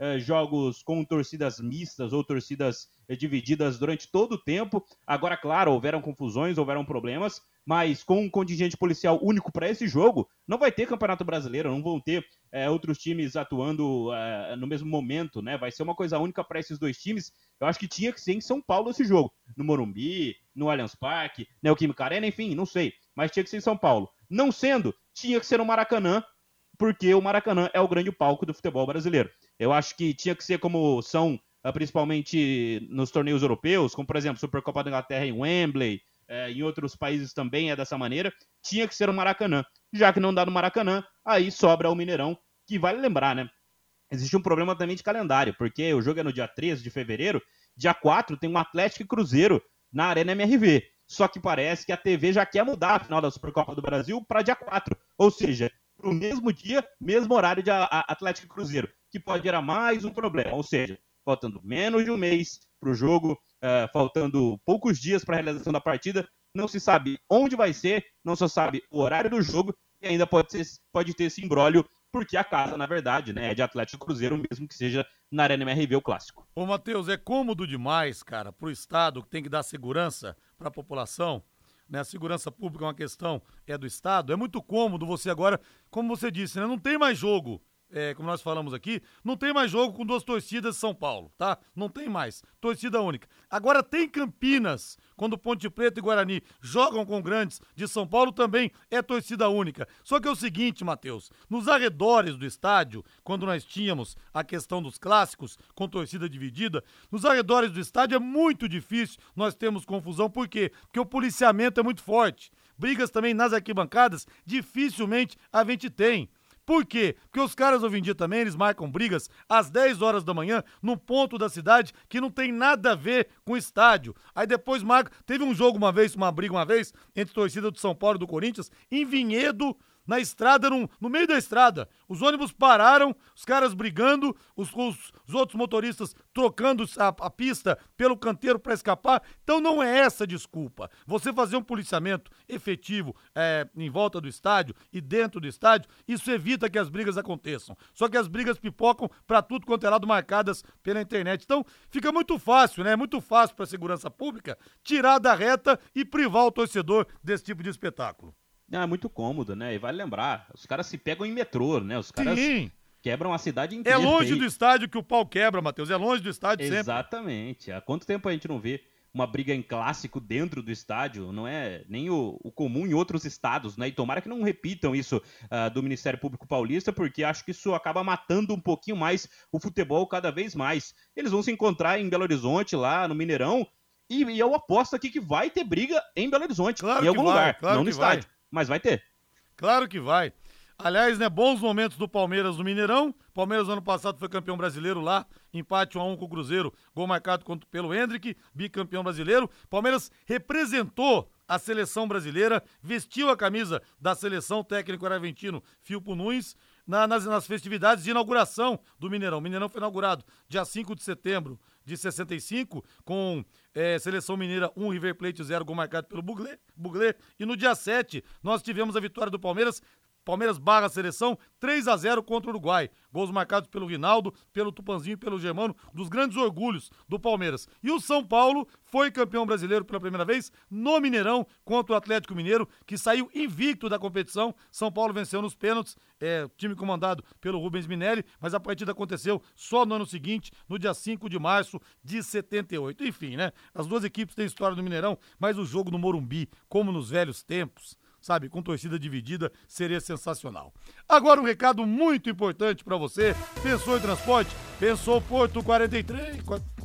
jogos com torcidas mistas ou torcidas divididas durante todo o tempo. Agora, claro, houveram confusões, houveram problemas, mas com um contingente policial único para esse jogo, não vai ter Campeonato Brasileiro, não vão ter outros times atuando no mesmo momento, né? Vai ser uma coisa única para esses dois times. Eu acho que tinha que ser em São Paulo esse jogo, no Morumbi, no Allianz Parque, Neoquímica Arena, enfim, não sei, mas tinha que ser em São Paulo. Não sendo, tinha que ser no Maracanã, porque o Maracanã é o grande palco do futebol brasileiro. Eu acho que tinha que ser como são principalmente nos torneios europeus, como por exemplo Supercopa da Inglaterra em Wembley, em outros países também é dessa maneira, tinha que ser o Maracanã. Já que não dá no Maracanã, aí sobra o Mineirão, que vale lembrar, né? Existe um problema também de calendário, porque o jogo é no dia 13 de fevereiro, dia 4 tem um Atlético e Cruzeiro na Arena MRV. Só que parece que a TV já quer mudar a final da Supercopa do Brasil para dia 4. Ou seja, para o mesmo dia, mesmo horário de Atlético e Cruzeiro, que pode gerar mais um problema. Ou seja, faltando menos de um mês para o jogo, faltando poucos dias para a realização da partida, não se sabe onde vai ser, não se sabe o horário do jogo e ainda pode ter esse imbróglio, porque a casa, na verdade, né, é de Atlético e Cruzeiro, mesmo que seja na Arena MRV o clássico. Ô, Matheus, é cômodo demais, cara, pro Estado, que tem que dar segurança pra população, né? A segurança pública é uma questão, do Estado. É muito cômodo você agora, como você disse, né? Não tem mais jogo. Como nós falamos aqui, não tem mais jogo com duas torcidas de São Paulo, tá? Não tem mais. Torcida única. Agora tem Campinas, quando Ponte Preta e Guarani jogam com grandes de São Paulo, também é torcida única. Só que é o seguinte, Matheus, nos arredores do estádio, quando nós tínhamos a questão dos clássicos com torcida dividida, nos arredores do estádio é muito difícil nós termos confusão. Por quê? Porque o policiamento é muito forte. Brigas também nas arquibancadas, dificilmente a gente tem. Por quê? Porque os caras hoje em dia também, eles marcam brigas às 10 horas da manhã, num ponto da cidade que não tem nada a ver com o estádio. Aí depois marca... Teve um jogo uma briga uma vez, entre torcida do São Paulo e do Corinthians, em Vinhedo, na estrada, no meio da estrada. Os ônibus pararam, os caras brigando, os outros motoristas trocando a pista pelo canteiro para escapar. Então não é essa desculpa. Você fazer um policiamento efetivo em volta do estádio e dentro do estádio, isso evita que as brigas aconteçam. Só que as brigas pipocam para tudo quanto é lado, marcadas pela internet. Então fica muito fácil, né? Muito fácil para a segurança pública tirar da reta e privar o torcedor desse tipo de espetáculo. É muito cômodo, né? E vale lembrar, os caras se pegam em metrô, né? Os caras quebram a cidade inteira. É longe do estádio que o pau quebra, Matheus. É longe do estádio sempre. Exatamente. Há quanto tempo a gente não vê uma briga em clássico dentro do estádio? Não é nem o comum em outros estados, né? E tomara que não repitam isso do Ministério Público Paulista, porque acho que isso acaba matando um pouquinho mais o futebol cada vez mais. Eles vão se encontrar em Belo Horizonte, lá no Mineirão, e eu aposto aqui que vai ter briga em Belo Horizonte, em algum lugar, não no estádio. Mas vai ter. Claro que vai. Aliás, né, bons momentos do Palmeiras no Mineirão. Palmeiras ano passado foi campeão brasileiro lá, empate 1-1 com o Cruzeiro, gol marcado pelo Hendrick, bicampeão brasileiro. Palmeiras representou a seleção brasileira, vestiu a camisa da seleção, técnico era argentino Filpo Nunes, nas festividades de inauguração do Mineirão. O Mineirão foi inaugurado dia 5 de setembro de 65, com Seleção Mineira 1, River Plate 0, gol marcado pelo Buglé. E no dia 7, nós tivemos a vitória do Palmeiras barra seleção, 3-0 contra o Uruguai. Gols marcados pelo Rinaldo, pelo Tupanzinho e pelo Germano, dos grandes orgulhos do Palmeiras. E o São Paulo foi campeão brasileiro pela primeira vez no Mineirão contra o Atlético Mineiro, que saiu invicto da competição. São Paulo venceu nos pênaltis, time comandado pelo Rubens Minelli, mas a partida aconteceu só no ano seguinte, no dia 5 de março de 78. Enfim, né? As duas equipes têm história no Mineirão, mas o jogo no Morumbi, como nos velhos tempos, sabe, com torcida dividida, seria sensacional. Agora um recado muito importante pra você. Pensou em transporte? Pensou Porto 43...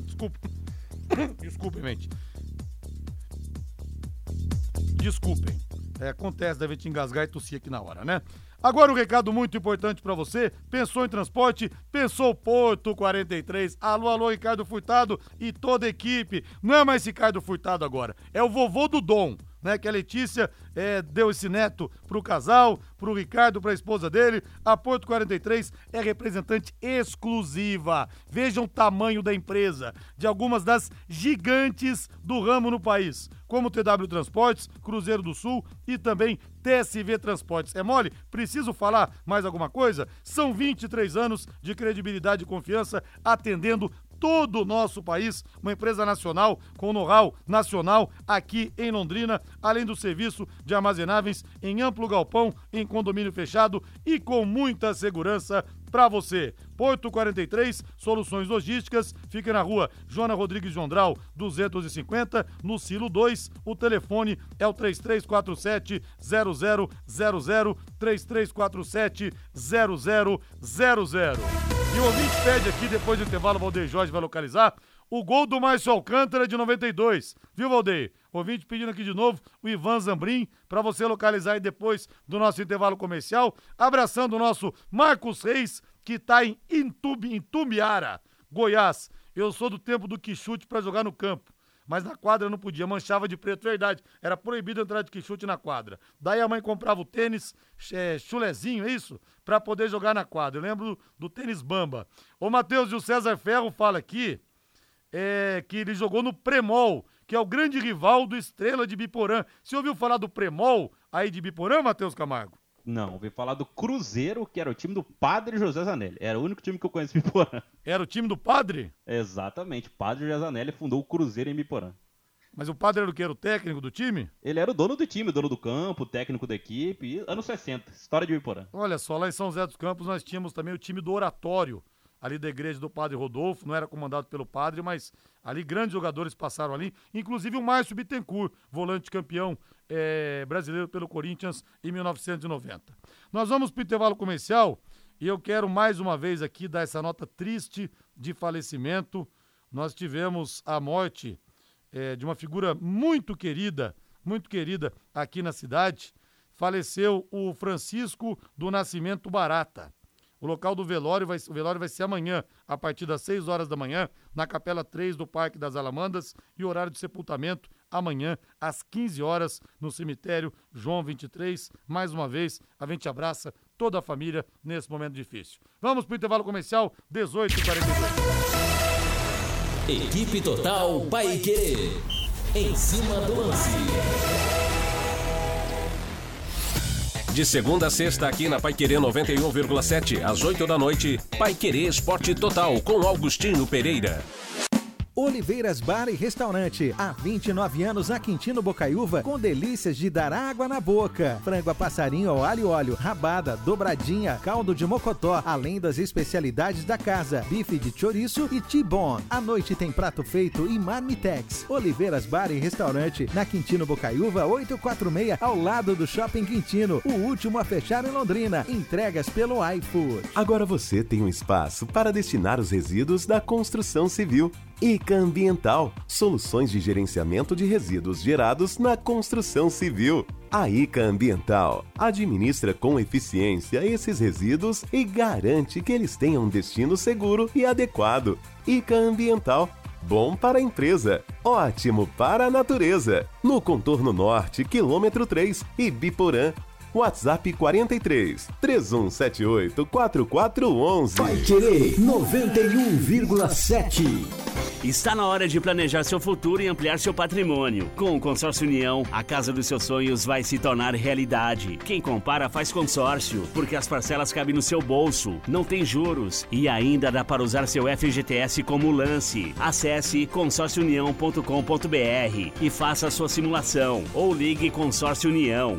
Desculpem, gente. Desculpem. Acontece, deve te engasgar e tossir aqui na hora, né? Agora um recado muito importante pra você. Pensou em transporte? Pensou Porto 43. Alô, Ricardo Furtado e toda a equipe. Não é mais Ricardo Furtado agora. É o vovô do Dom. né, que a Letícia deu esse neto pro casal, pro Ricardo, pra esposa dele. A Porto 43 é representante exclusiva. Vejam o tamanho da empresa, de algumas das gigantes do ramo no país, como TW Transportes, Cruzeiro do Sul e também TSV Transportes. É mole? Preciso falar mais alguma coisa? São 23 anos de credibilidade e confiança atendendo todo o nosso país, uma empresa nacional com know-how nacional aqui em Londrina, além do serviço de armazenáveis em amplo galpão, em condomínio fechado e com muita segurança para você. Porto 43, soluções logísticas, fica na rua Joana Rodrigues de Ondral, 250, no Silo 2. O telefone é o 3347-0000, 3347-0000. E o ouvinte pede aqui, depois do intervalo, o Valdeir Jorge vai localizar o gol do Márcio Alcântara de 92. Viu, Valdeir? O ouvinte pedindo aqui de novo o Ivan Zambrim, para você localizar aí depois do nosso intervalo comercial. Abraçando o nosso Marcos Reis, que está em Itumbiara, Goiás. Eu sou do tempo do quichute para jogar no campo, mas na quadra não podia, manchava de preto, verdade. Era proibido entrar de quichute na quadra. Daí a mãe comprava o tênis, chulezinho, é isso? Pra poder jogar na quadra. Eu lembro do tênis bamba. Ô, Matheus, e o César Ferro fala aqui que ele jogou no Premol, que é o grande rival do Estrela de Biporã. Você ouviu falar do Premol aí de Biporã, Matheus Camargo? Não, ouvi falar do Cruzeiro, que era o time do Padre José Zanelli. Era o único time que eu conheço em Biporã. Era o time do Padre? Exatamente, o Padre José Zanelli fundou o Cruzeiro em Biporã. Mas o Padre era o que? Era o técnico do time? Ele era o dono do time, o dono do campo, o técnico da equipe, anos 60, história de Biporã. Olha só, lá em São José dos Campos nós tínhamos também o time do Oratório, ali da igreja do Padre Rodolfo, não era comandado pelo Padre, mas ali grandes jogadores passaram ali, inclusive o Márcio Bittencourt, volante campeão brasileiro pelo Corinthians em 1990. Nós vamos para o intervalo comercial e eu quero mais uma vez aqui dar essa nota triste de falecimento. Nós tivemos a morte de uma figura muito querida aqui na cidade. Faleceu o Francisco do Nascimento Barata. O local do velório vai ser amanhã, a partir das 6 horas da manhã, na Capela 3 do Parque das Alamandas, e o horário de sepultamento amanhã, às 15 horas, no cemitério João 23. Mais uma vez, a gente abraça toda a família nesse momento difícil. Vamos para o intervalo comercial, 18h42. Equipe Total Paiquerê, em cima do lance. De segunda a sexta, aqui na Paiquerê 91,7, às 8 da noite, Paiquerê Esporte Total, com Augustinho Pereira. Oliveiras Bar e Restaurante, há 29 anos na Quintino Bocaiúva, com delícias de dar água na boca. Frango a passarinho ao alho e óleo, rabada, dobradinha, caldo de mocotó, além das especialidades da casa, bife de chouriço e T-bone. À noite tem prato feito e marmitex. Oliveiras Bar e Restaurante, na Quintino Bocaiúva 846, ao lado do Shopping Quintino, o último a fechar em Londrina. Entregas pelo iFood. Agora você tem um espaço para destinar os resíduos da construção civil. ICA Ambiental, soluções de gerenciamento de resíduos gerados na construção civil. A ICA Ambiental administra com eficiência esses resíduos e garante que eles tenham um destino seguro e adequado. ICA Ambiental, bom para a empresa, ótimo para a natureza. No Contorno Norte, quilômetro 3, Ibiporã. WhatsApp 43 3178 4411. Paiquerê 91,7. Está na hora de planejar seu futuro e ampliar seu patrimônio. Com o Consórcio União, a casa dos seus sonhos vai se tornar realidade. Quem compara faz consórcio, porque as parcelas cabem no seu bolso, não tem juros e ainda dá para usar seu FGTS como lance. Acesse consórciounião.com.br e faça a sua simulação ou ligue Consórcio União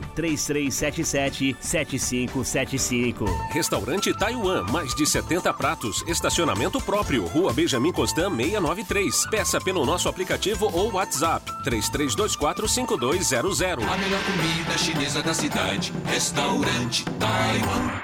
3377-7575. Restaurante Taiwan, mais de 70 pratos, estacionamento próprio, Rua Benjamin Constant 693. Peça pelo nosso aplicativo ou WhatsApp 33245200. A melhor comida chinesa da cidade, Restaurante Taiwan.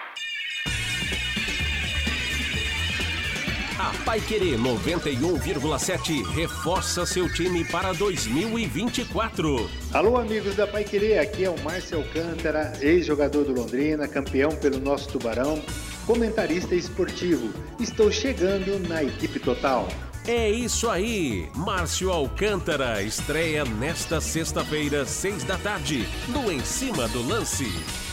A Paiquerê 91,7 reforça seu time para 2024. Alô, amigos da Paiquerê, aqui é o Márcio Alcântara, ex-jogador do Londrina, campeão pelo nosso Tubarão, comentarista esportivo. Estou chegando na Equipe Total. É isso aí! Márcio Alcântara estreia nesta sexta-feira, 6h, no Em Cima do Lance.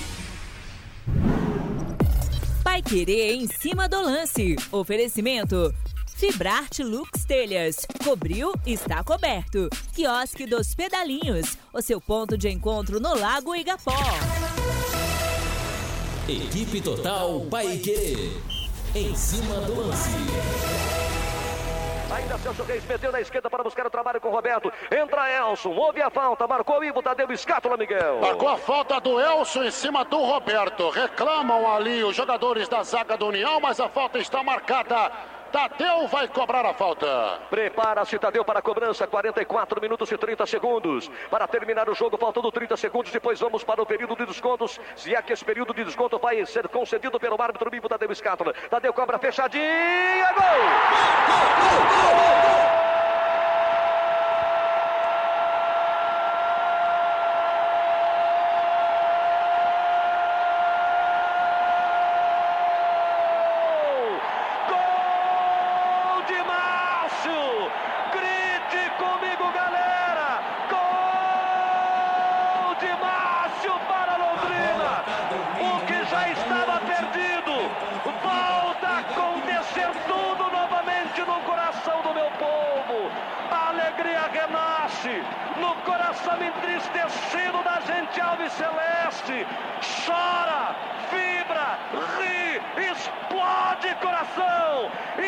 Paiquerê Em Cima do Lance. Oferecimento Fibrarte Lux Telhas. Cobriu, está coberto. Quiosque dos Pedalinhos. O seu ponto de encontro no Lago Igapó. Equipe Total Paiquerê. Em Cima do Lance. Ainda Celso Reis meteu na esquerda para buscar o trabalho com o Roberto. Entra Elson, houve a falta, marcou o Ivo, Tadeu Escátola, Miguel. Marcou a falta do Elson em cima do Roberto. Reclamam ali os jogadores da zaga do União, mas a falta está marcada. Tadeu vai cobrar a falta. Prepara-se Tadeu para a cobrança, 44 minutos e 30 segundos. Para terminar o jogo, faltando 30 segundos, depois vamos para o período de descontos. Se é que esse período de desconto vai ser concedido pelo árbitro Bibo Tadeu Escátola. Tadeu cobra fechadinha, gol! No coração entristecido da gente alviceleste, chora, vibra, ri, explode coração,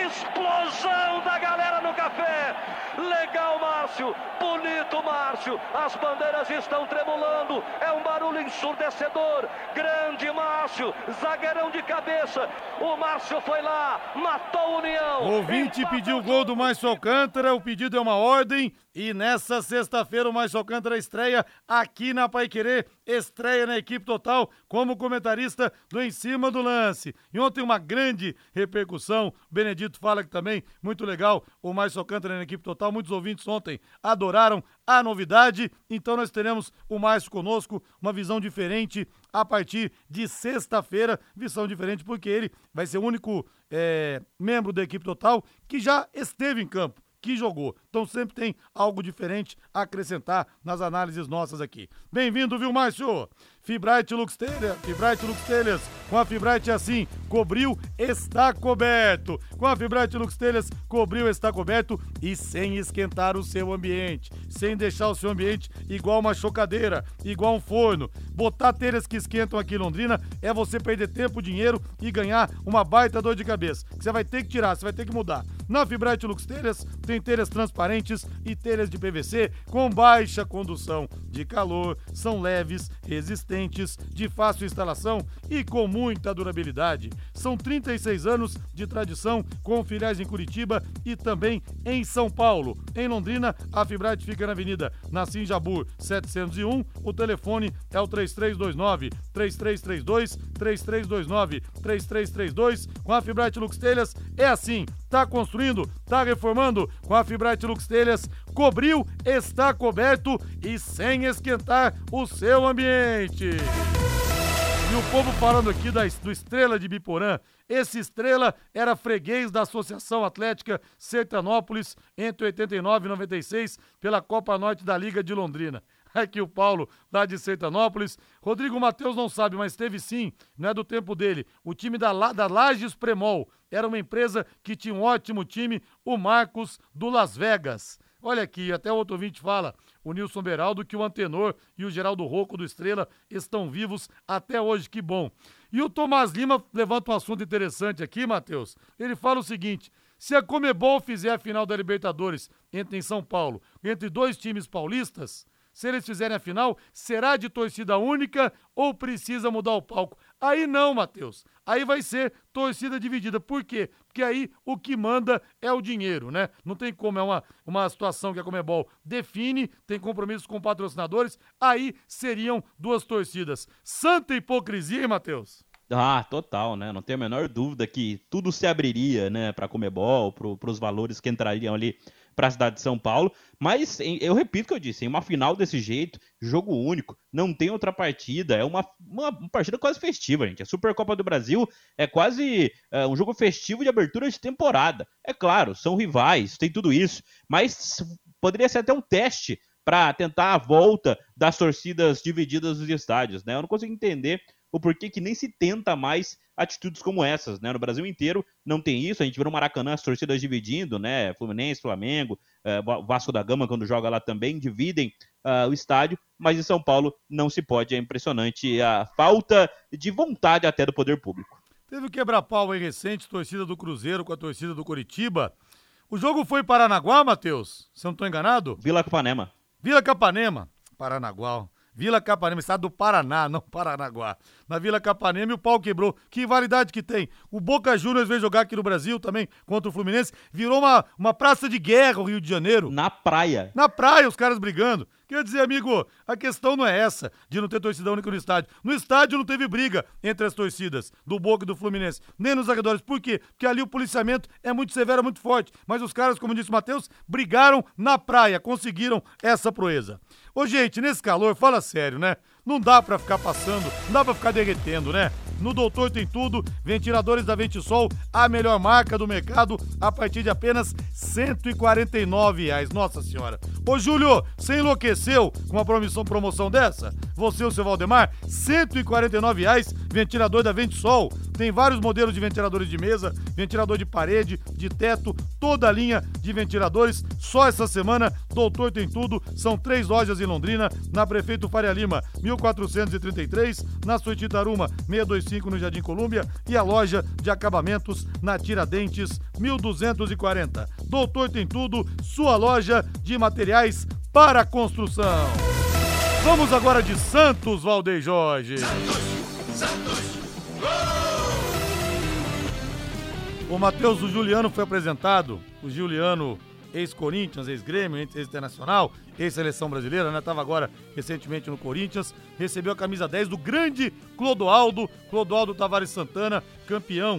explosão da galera no café. Legal, Márcio, bonito, Márcio, as bandeiras estão tremulando, é um barulho ensurdecedor. Grande Márcio, zagueirão de cabeça, o Márcio foi lá, matou o União. O ouvinte pediu o gol do Márcio Alcântara, o pedido é uma ordem. E nessa sexta-feira o Márcio Alcântara estreia aqui na Paiquerê, estreia na Equipe Total como comentarista do Em Cima do Lance. E ontem uma grande repercussão, o Benedito fala que também, muito legal, o Márcio Alcântara na Equipe Total, muitos ouvintes ontem adoraram a novidade, então nós teremos o Márcio conosco, uma visão diferente a partir de sexta-feira, visão diferente porque ele vai ser o único membro da Equipe Total que já esteve em campo, que jogou. Então sempre tem algo diferente a acrescentar nas análises nossas aqui. Bem-vindo, viu, Márcio? Fibrarte Lux Telhas. Com a Fibrarte é assim, cobriu, está coberto. Com a Fibrarte Lux Telhas, cobriu, está coberto e sem esquentar o seu ambiente, sem deixar o seu ambiente igual uma chocadeira, igual um forno. Botar telhas que esquentam aqui em Londrina é você perder tempo, dinheiro e ganhar uma baita dor de cabeça. Você vai ter que tirar, você vai ter que mudar. Na Fibrarte Lux Telhas tem telhas transparentes e telhas de PVC com baixa condução de calor, são leves, resistentes, de fácil instalação e com muita durabilidade. São 36 anos de tradição com filiais em Curitiba e também em São Paulo. Em Londrina, a Fibrarte fica na Avenida Nassim Jabur 701. O telefone é o 3329-3332. Com a Fibrarte Lux Telhas é assim, tá construindo, tá reformando, com a Fibrarte Lux Telhas, cobriu, está coberto e sem esquentar o seu ambiente. E o povo falando aqui do Estrela de Biporã. Esse Estrela era freguês da Associação Atlética Sertanópolis entre 89 e 96 pela Copa Norte da Liga de Londrina. Aqui o Paulo, lá de Sertanópolis. Rodrigo Matheus não sabe, mas teve sim, não é do tempo dele. O time da Lages Premol era uma empresa que tinha um ótimo time, o Marcos do Las Vegas. Olha aqui, até o outro ouvinte fala, o Nilson Beraldo, que o Antenor e o Geraldo Rocco do Estrela estão vivos até hoje, que bom. E o Tomás Lima levanta um assunto interessante aqui, Matheus. Ele fala o seguinte, se a Conmebol fizer a final da Libertadores em São Paulo, entre dois times paulistas, se eles fizerem a final, será de torcida única ou precisa mudar o palco? Aí não, Matheus. Aí vai ser torcida dividida. Por quê? Porque aí o que manda é o dinheiro, né? Não tem como, é uma situação que a Conmebol define, tem compromissos com patrocinadores, aí seriam duas torcidas. Santa hipocrisia, hein, Matheus? Ah, total, né? Não tenho a menor dúvida que tudo se abriria, né, para a Conmebol, para os valores que entrariam ali para a cidade de São Paulo, mas eu repito o que eu disse, em uma final desse jeito, jogo único, não tem outra partida, é uma partida quase festiva, gente. A Supercopa do Brasil é quase um jogo festivo de abertura de temporada. É claro, são rivais, tem tudo isso, mas poderia ser até um teste para tentar a volta das torcidas divididas dos estádios, né? Eu não consigo entender o porquê que nem se tenta mais atitudes como essas, né? No Brasil inteiro não tem isso, a gente vê no Maracanã as torcidas dividindo, né? Fluminense, Flamengo, Vasco da Gama quando joga lá também, dividem o estádio, mas em São Paulo não se pode, é impressionante a falta de vontade até do poder público. Teve o quebra-pau aí recente, torcida do Cruzeiro com a torcida do Coritiba. O jogo foi em Paranaguá, Matheus? Se eu não estou enganado? Vila Capanema. Vila Capanema, Paranaguá. Vila Capanema, estado do Paraná, não Paranaguá. Na Vila Capanema e o pau quebrou. Que rivalidade que tem. O Boca Juniors veio jogar aqui no Brasil também contra o Fluminense. Virou uma praça de guerra o Rio de Janeiro. Na praia. Na praia, os caras brigando. Quer dizer, amigo, a questão não é essa, de não ter torcida única no estádio. No estádio não teve briga entre as torcidas do Boca e do Fluminense, nem nos arredores. Por quê? Porque ali o policiamento é muito severo, muito forte. Mas os caras, como disse o Matheus, brigaram na praia, conseguiram essa proeza. Ô, gente, nesse calor, fala sério, né? Não dá pra ficar passando, não dá pra ficar derretendo, né? No Doutor Tem Tudo, ventiladores da Ventisol, a melhor marca do mercado, a partir de apenas R$ 149. Nossa senhora. Ô, Júlio, você enlouqueceu com uma promoção dessa? Você e o seu Valdemar, R$ 149, ventilador da Ventisol. Tem vários modelos de ventiladores de mesa, ventilador de parede, de teto, toda a linha de ventiladores. Só essa semana, Doutor Tem Tudo, são 3 lojas em Londrina, na Prefeito Faria Lima, 1433, na Suíte Taruma, 625 no Jardim Colúmbia e a loja de acabamentos na Tiradentes, 1240. Doutor Tem Tudo, sua loja de materiais para construção. Vamos agora de Santos, Valdeir Jorge. Santos. O Matheus, o Juliano foi apresentado, o Juliano, ex-Corinthians, ex-Grêmio, ex-Internacional, ex-Seleção Brasileira, né? Estava agora recentemente no Corinthians, recebeu a camisa 10 do grande Clodoaldo Tavares Santana, campeão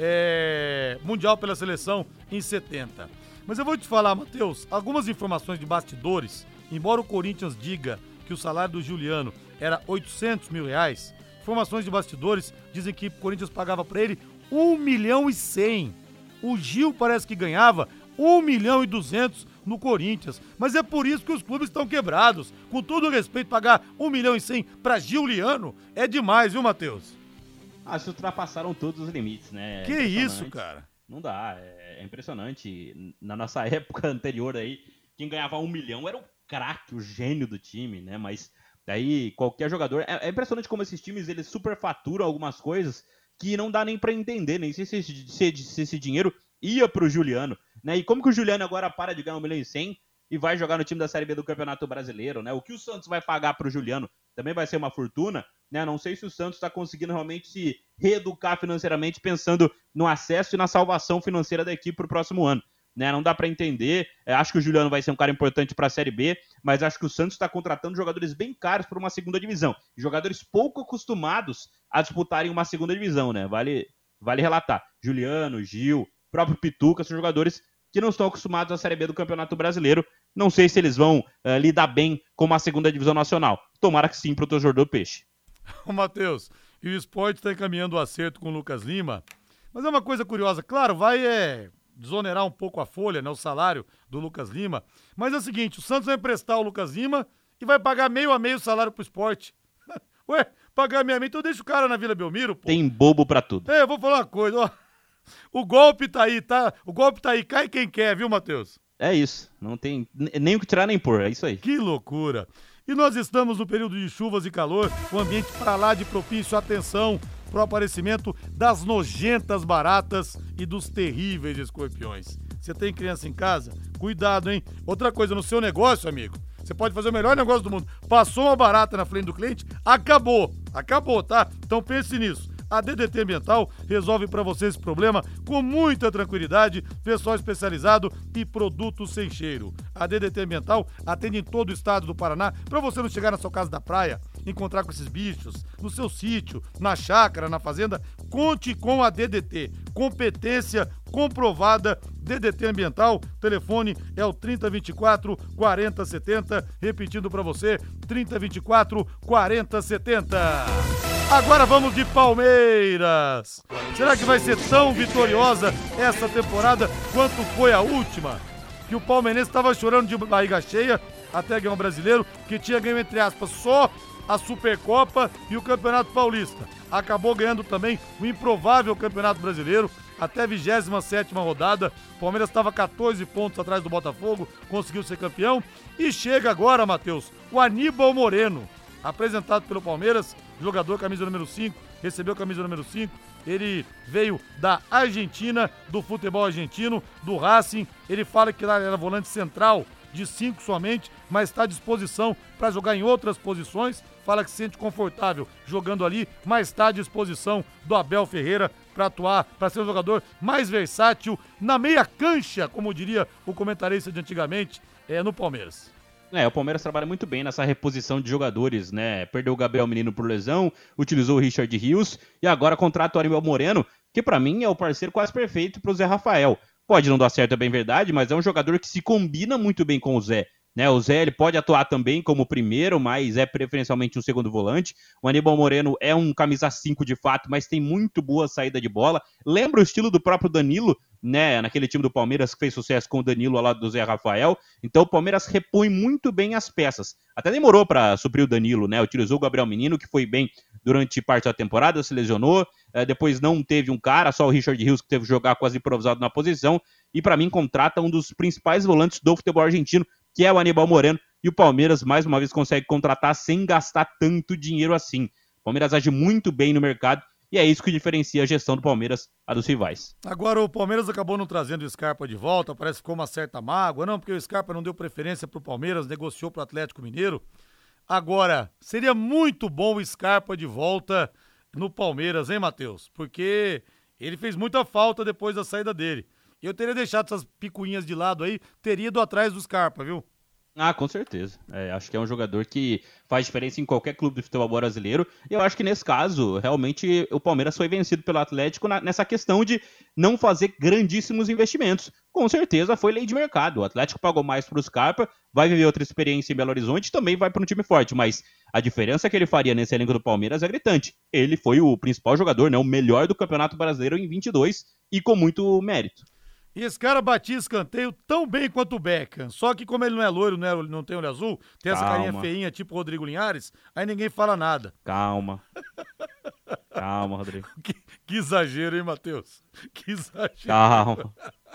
mundial pela seleção em 70. Mas eu vou te falar, Matheus, algumas informações de bastidores, embora o Corinthians diga que o salário do Juliano era R$800 mil, informações de bastidores dizem que o Corinthians pagava para ele R$1.100.000. O Gil parece que ganhava R$1.200.000 no Corinthians. Mas é por isso que os clubes estão quebrados. Com todo o respeito, pagar R$1.100.000 para Juliano é demais, viu, Matheus? Acho que ultrapassaram todos os limites, né? Que isso, cara? Não dá, é impressionante. Na nossa época anterior aí, quem ganhava R$1 milhão era o craque, o gênio do time, né? Mas daí qualquer jogador... É impressionante como esses times, eles superfaturam algumas coisas que não dá nem pra entender, nem sei se esse dinheiro ia pro Juliano, né? E como que o Juliano agora para de ganhar R$1.100.000 e vai jogar no time da Série B do Campeonato Brasileiro, né? O que o Santos vai pagar pro Juliano também vai ser uma fortuna, né? Não sei se o Santos está conseguindo realmente se reeducar financeiramente pensando no acesso e na salvação financeira da equipe pro próximo ano, né? Não dá para entender. Acho que o Juliano vai ser um cara importante para a Série B, mas acho que o Santos está contratando jogadores bem caros para uma segunda divisão, jogadores pouco acostumados a disputarem uma segunda divisão, né? Vale relatar. Juliano, Gil, próprio Pituca são jogadores que não estão acostumados à Série B do Campeonato Brasileiro. Não sei se eles vão lidar bem com uma segunda divisão nacional. Tomara que sim pro torcedor do Peixe. Ô, Matheus, e o Sport está encaminhando o acerto com o Lucas Lima, mas é uma coisa curiosa. Claro, vai desonerar um pouco a folha, né, o salário do Lucas Lima, mas é o seguinte, o Santos vai emprestar o Lucas Lima e vai pagar meio a meio o salário pro Sport. Ué, pagar meio a meio, então deixa o cara na Vila Belmiro, pô. Tem bobo pra tudo. Eu vou falar uma coisa, ó. O golpe tá aí, tá? O golpe tá aí, cai quem quer, viu, Matheus? É isso, não tem nem o que tirar nem pôr, é isso aí. Que loucura. E nós estamos no período de chuvas e calor, o ambiente pra lá de propício, atenção pro aparecimento das nojentas baratas e dos terríveis escorpiões. Você tem criança em casa? Cuidado, hein? Outra coisa, no seu negócio, amigo, você pode fazer o melhor negócio do mundo. Passou uma barata na frente do cliente, acabou, tá? Então pense nisso. A DDT Ambiental resolve para você esse problema com muita tranquilidade, pessoal especializado e produtos sem cheiro. A DDT Ambiental atende em todo o estado do Paraná para você não chegar na sua casa da praia, encontrar com esses bichos, no seu sítio, na chácara, na fazenda. Conte com a DDT. competência comprovada. DDT Ambiental, telefone é o 3024-4070, repetindo para você, 3024-4070. Agora vamos de Palmeiras. Será que vai ser tão vitoriosa essa temporada quanto foi a última? Que o palmeirense estava chorando de barriga cheia até ganhar um brasileiro, que tinha ganho, entre aspas, só a Supercopa e o Campeonato Paulista. Acabou ganhando também o improvável Campeonato Brasileiro, até a 27ª rodada. O Palmeiras estava 14 pontos atrás do Botafogo, conseguiu ser campeão. E chega agora, Matheus, o Aníbal Moreno, apresentado pelo Palmeiras, jogador camisa número 5, recebeu a camisa número 5. Ele veio da Argentina, do futebol argentino, do Racing. Ele fala que lá era volante central, de 5 somente, mas está à disposição para jogar em outras posições. Fala que se sente confortável jogando ali, mas está à disposição do Abel Ferreira para atuar, para ser um jogador mais versátil na meia cancha, como diria o comentarista de antigamente, no Palmeiras. O Palmeiras trabalha muito bem nessa reposição de jogadores, né? Perdeu o Gabriel Menino por lesão, utilizou o Richard Rios e agora contrata o Aníbal Moreno, que para mim é o parceiro quase perfeito para o Zé Rafael. Pode não dar certo, é bem verdade, mas é um jogador que se combina muito bem com o Zé. Né, o Zé ele pode atuar também como primeiro, mas é preferencialmente um segundo volante. O Aníbal Moreno é um camisa 5 de fato, mas tem muito boa saída de bola. Lembra o estilo do próprio Danilo, né, naquele time do Palmeiras que fez sucesso com o Danilo ao lado do Zé Rafael. Então o Palmeiras repõe muito bem as peças. Até demorou para suprir o Danilo, né? Utilizou o Gabriel Menino, que foi bem durante parte da temporada, se lesionou. Depois não teve um cara, só o Richard Rios que teve que jogar quase improvisado na posição. E para mim contrata um dos principais volantes do futebol argentino, que é o Aníbal Moreno, e o Palmeiras, mais uma vez, consegue contratar sem gastar tanto dinheiro assim. O Palmeiras age muito bem no mercado, e é isso que diferencia a gestão do Palmeiras a dos rivais. Agora, o Palmeiras acabou não trazendo o Scarpa de volta, parece que ficou uma certa mágoa, não, porque o Scarpa não deu preferência pro Palmeiras, negociou pro Atlético Mineiro. Agora, seria muito bom o Scarpa de volta no Palmeiras, hein, Matheus? Porque ele fez muita falta depois da saída dele. Eu teria deixado essas picuinhas de lado aí, teria ido atrás do Scarpa, viu? Ah, com certeza. Acho que é um jogador que faz diferença em qualquer clube do futebol brasileiro. E eu acho que nesse caso, realmente, o Palmeiras foi vencido pelo Atlético nessa questão de não fazer grandíssimos investimentos. Com certeza foi lei de mercado. O Atlético pagou mais pro Scarpa, vai viver outra experiência em Belo Horizonte e também vai para um time forte. Mas a diferença que ele faria nesse elenco do Palmeiras é gritante. Ele foi o principal jogador, né, o melhor do Campeonato Brasileiro em 22 e com muito mérito. E esse cara batia escanteio tão bem quanto o Beckham. Só que como ele não é loiro, não tem olho azul, tem essa carinha feinha tipo Rodrigo Linhares, aí ninguém fala nada. Calma, Rodrigo. Que exagero, hein, Matheus? Que exagero. Calma.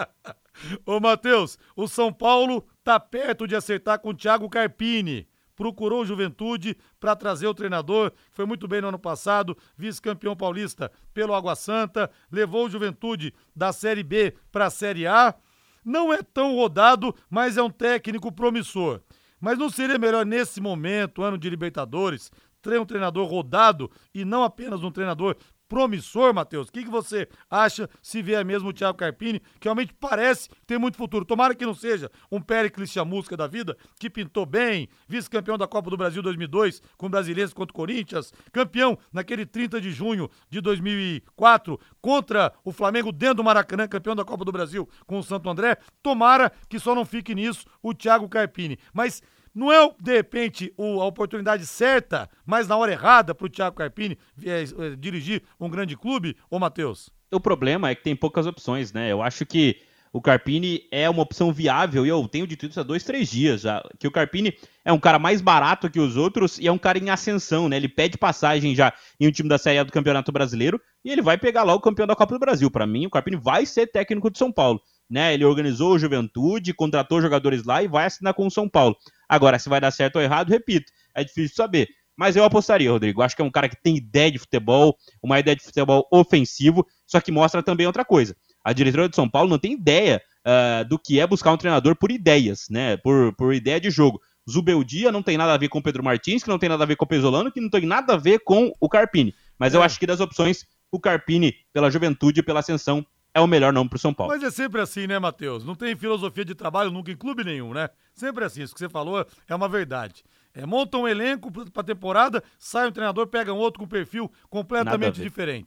Ô, Matheus, o São Paulo tá perto de acertar com o Thiago Carpini. Procurou o Juventude para trazer o treinador, foi muito bem no ano passado, vice-campeão paulista pelo Água Santa, levou o Juventude da Série B para a Série A. Não é tão rodado, mas é um técnico promissor. Mas não seria melhor nesse momento, ano de Libertadores, ter um treinador rodado e não apenas um treinador promissor, Matheus? O que você acha se vier mesmo o Thiago Carpini, que realmente parece ter muito futuro? Tomara que não seja um Péricles Chamusca da vida, que pintou bem, vice-campeão da Copa do Brasil 2002, com o Brasiliense contra o Corinthians, campeão naquele 30 de junho de 2004, contra o Flamengo dentro do Maracanã, campeão da Copa do Brasil com o Santo André. Tomara que só não fique nisso o Thiago Carpini. Mas não é, de repente, a oportunidade certa, mas na hora errada para o Thiago Carpini dirigir um grande clube, ô Matheus? O problema é que tem poucas opções, né? Eu acho que o Carpini é uma opção viável, e eu tenho dito isso há 2-3 dias já, que o Carpini é um cara mais barato que os outros e é um cara em ascensão, né? Ele pede passagem já em um time da Série A do Campeonato Brasileiro e ele vai pegar lá o campeão da Copa do Brasil. Para mim, o Carpini vai ser técnico de São Paulo, né? Ele organizou o Juventude, contratou jogadores lá e vai assinar com o São Paulo. Agora, se vai dar certo ou errado, repito, é difícil saber. Mas eu apostaria, Rodrigo. Acho que é um cara que tem ideia de futebol, uma ideia de futebol ofensivo, só que mostra também outra coisa. A diretoria de São Paulo não tem ideia do que é buscar um treinador por ideias, né? Por ideia de jogo. Zubeldia não tem nada a ver com o Pedro Martins, que não tem nada a ver com o Pesolano, que não tem nada a ver com o Carpini. Mas eu acho que das opções, o Carpini, pela juventude e pela ascensão, é o melhor nome pro São Paulo. Mas é sempre assim, né, Matheus? Não tem filosofia de trabalho nunca em clube nenhum, né? Sempre assim, isso que você falou é uma verdade. Monta um elenco pra temporada, sai um treinador, pega um outro com perfil completamente diferente.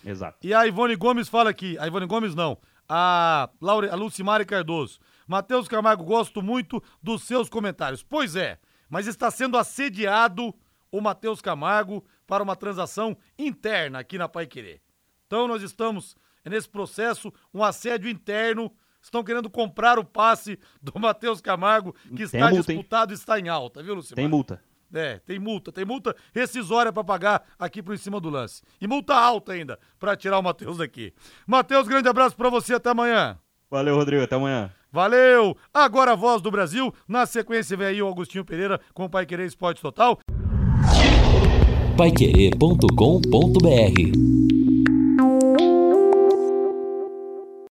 Exato. E a Ivone Gomes fala aqui, a Ivone Gomes não, a Lucimari Cardoso. Matheus Camargo, gosto muito dos seus comentários. Pois é, mas está sendo assediado o Matheus Camargo para uma transação interna aqui na Paiquerê. Então nós estamos nesse processo, um assédio interno, estão querendo comprar o passe do Matheus Camargo, que está disputado e está em alta, viu, Lucimar? Tem multa. Tem multa rescisória para pagar aqui pro Em Cima do Lance. E multa alta ainda, para tirar o Matheus daqui. Matheus, grande abraço para você, até amanhã. Valeu, Rodrigo, até amanhã. Valeu! Agora a Voz do Brasil, na sequência vem aí o Augustinho Pereira com o Paiquerê Esporte Total. Paiquerê.com.br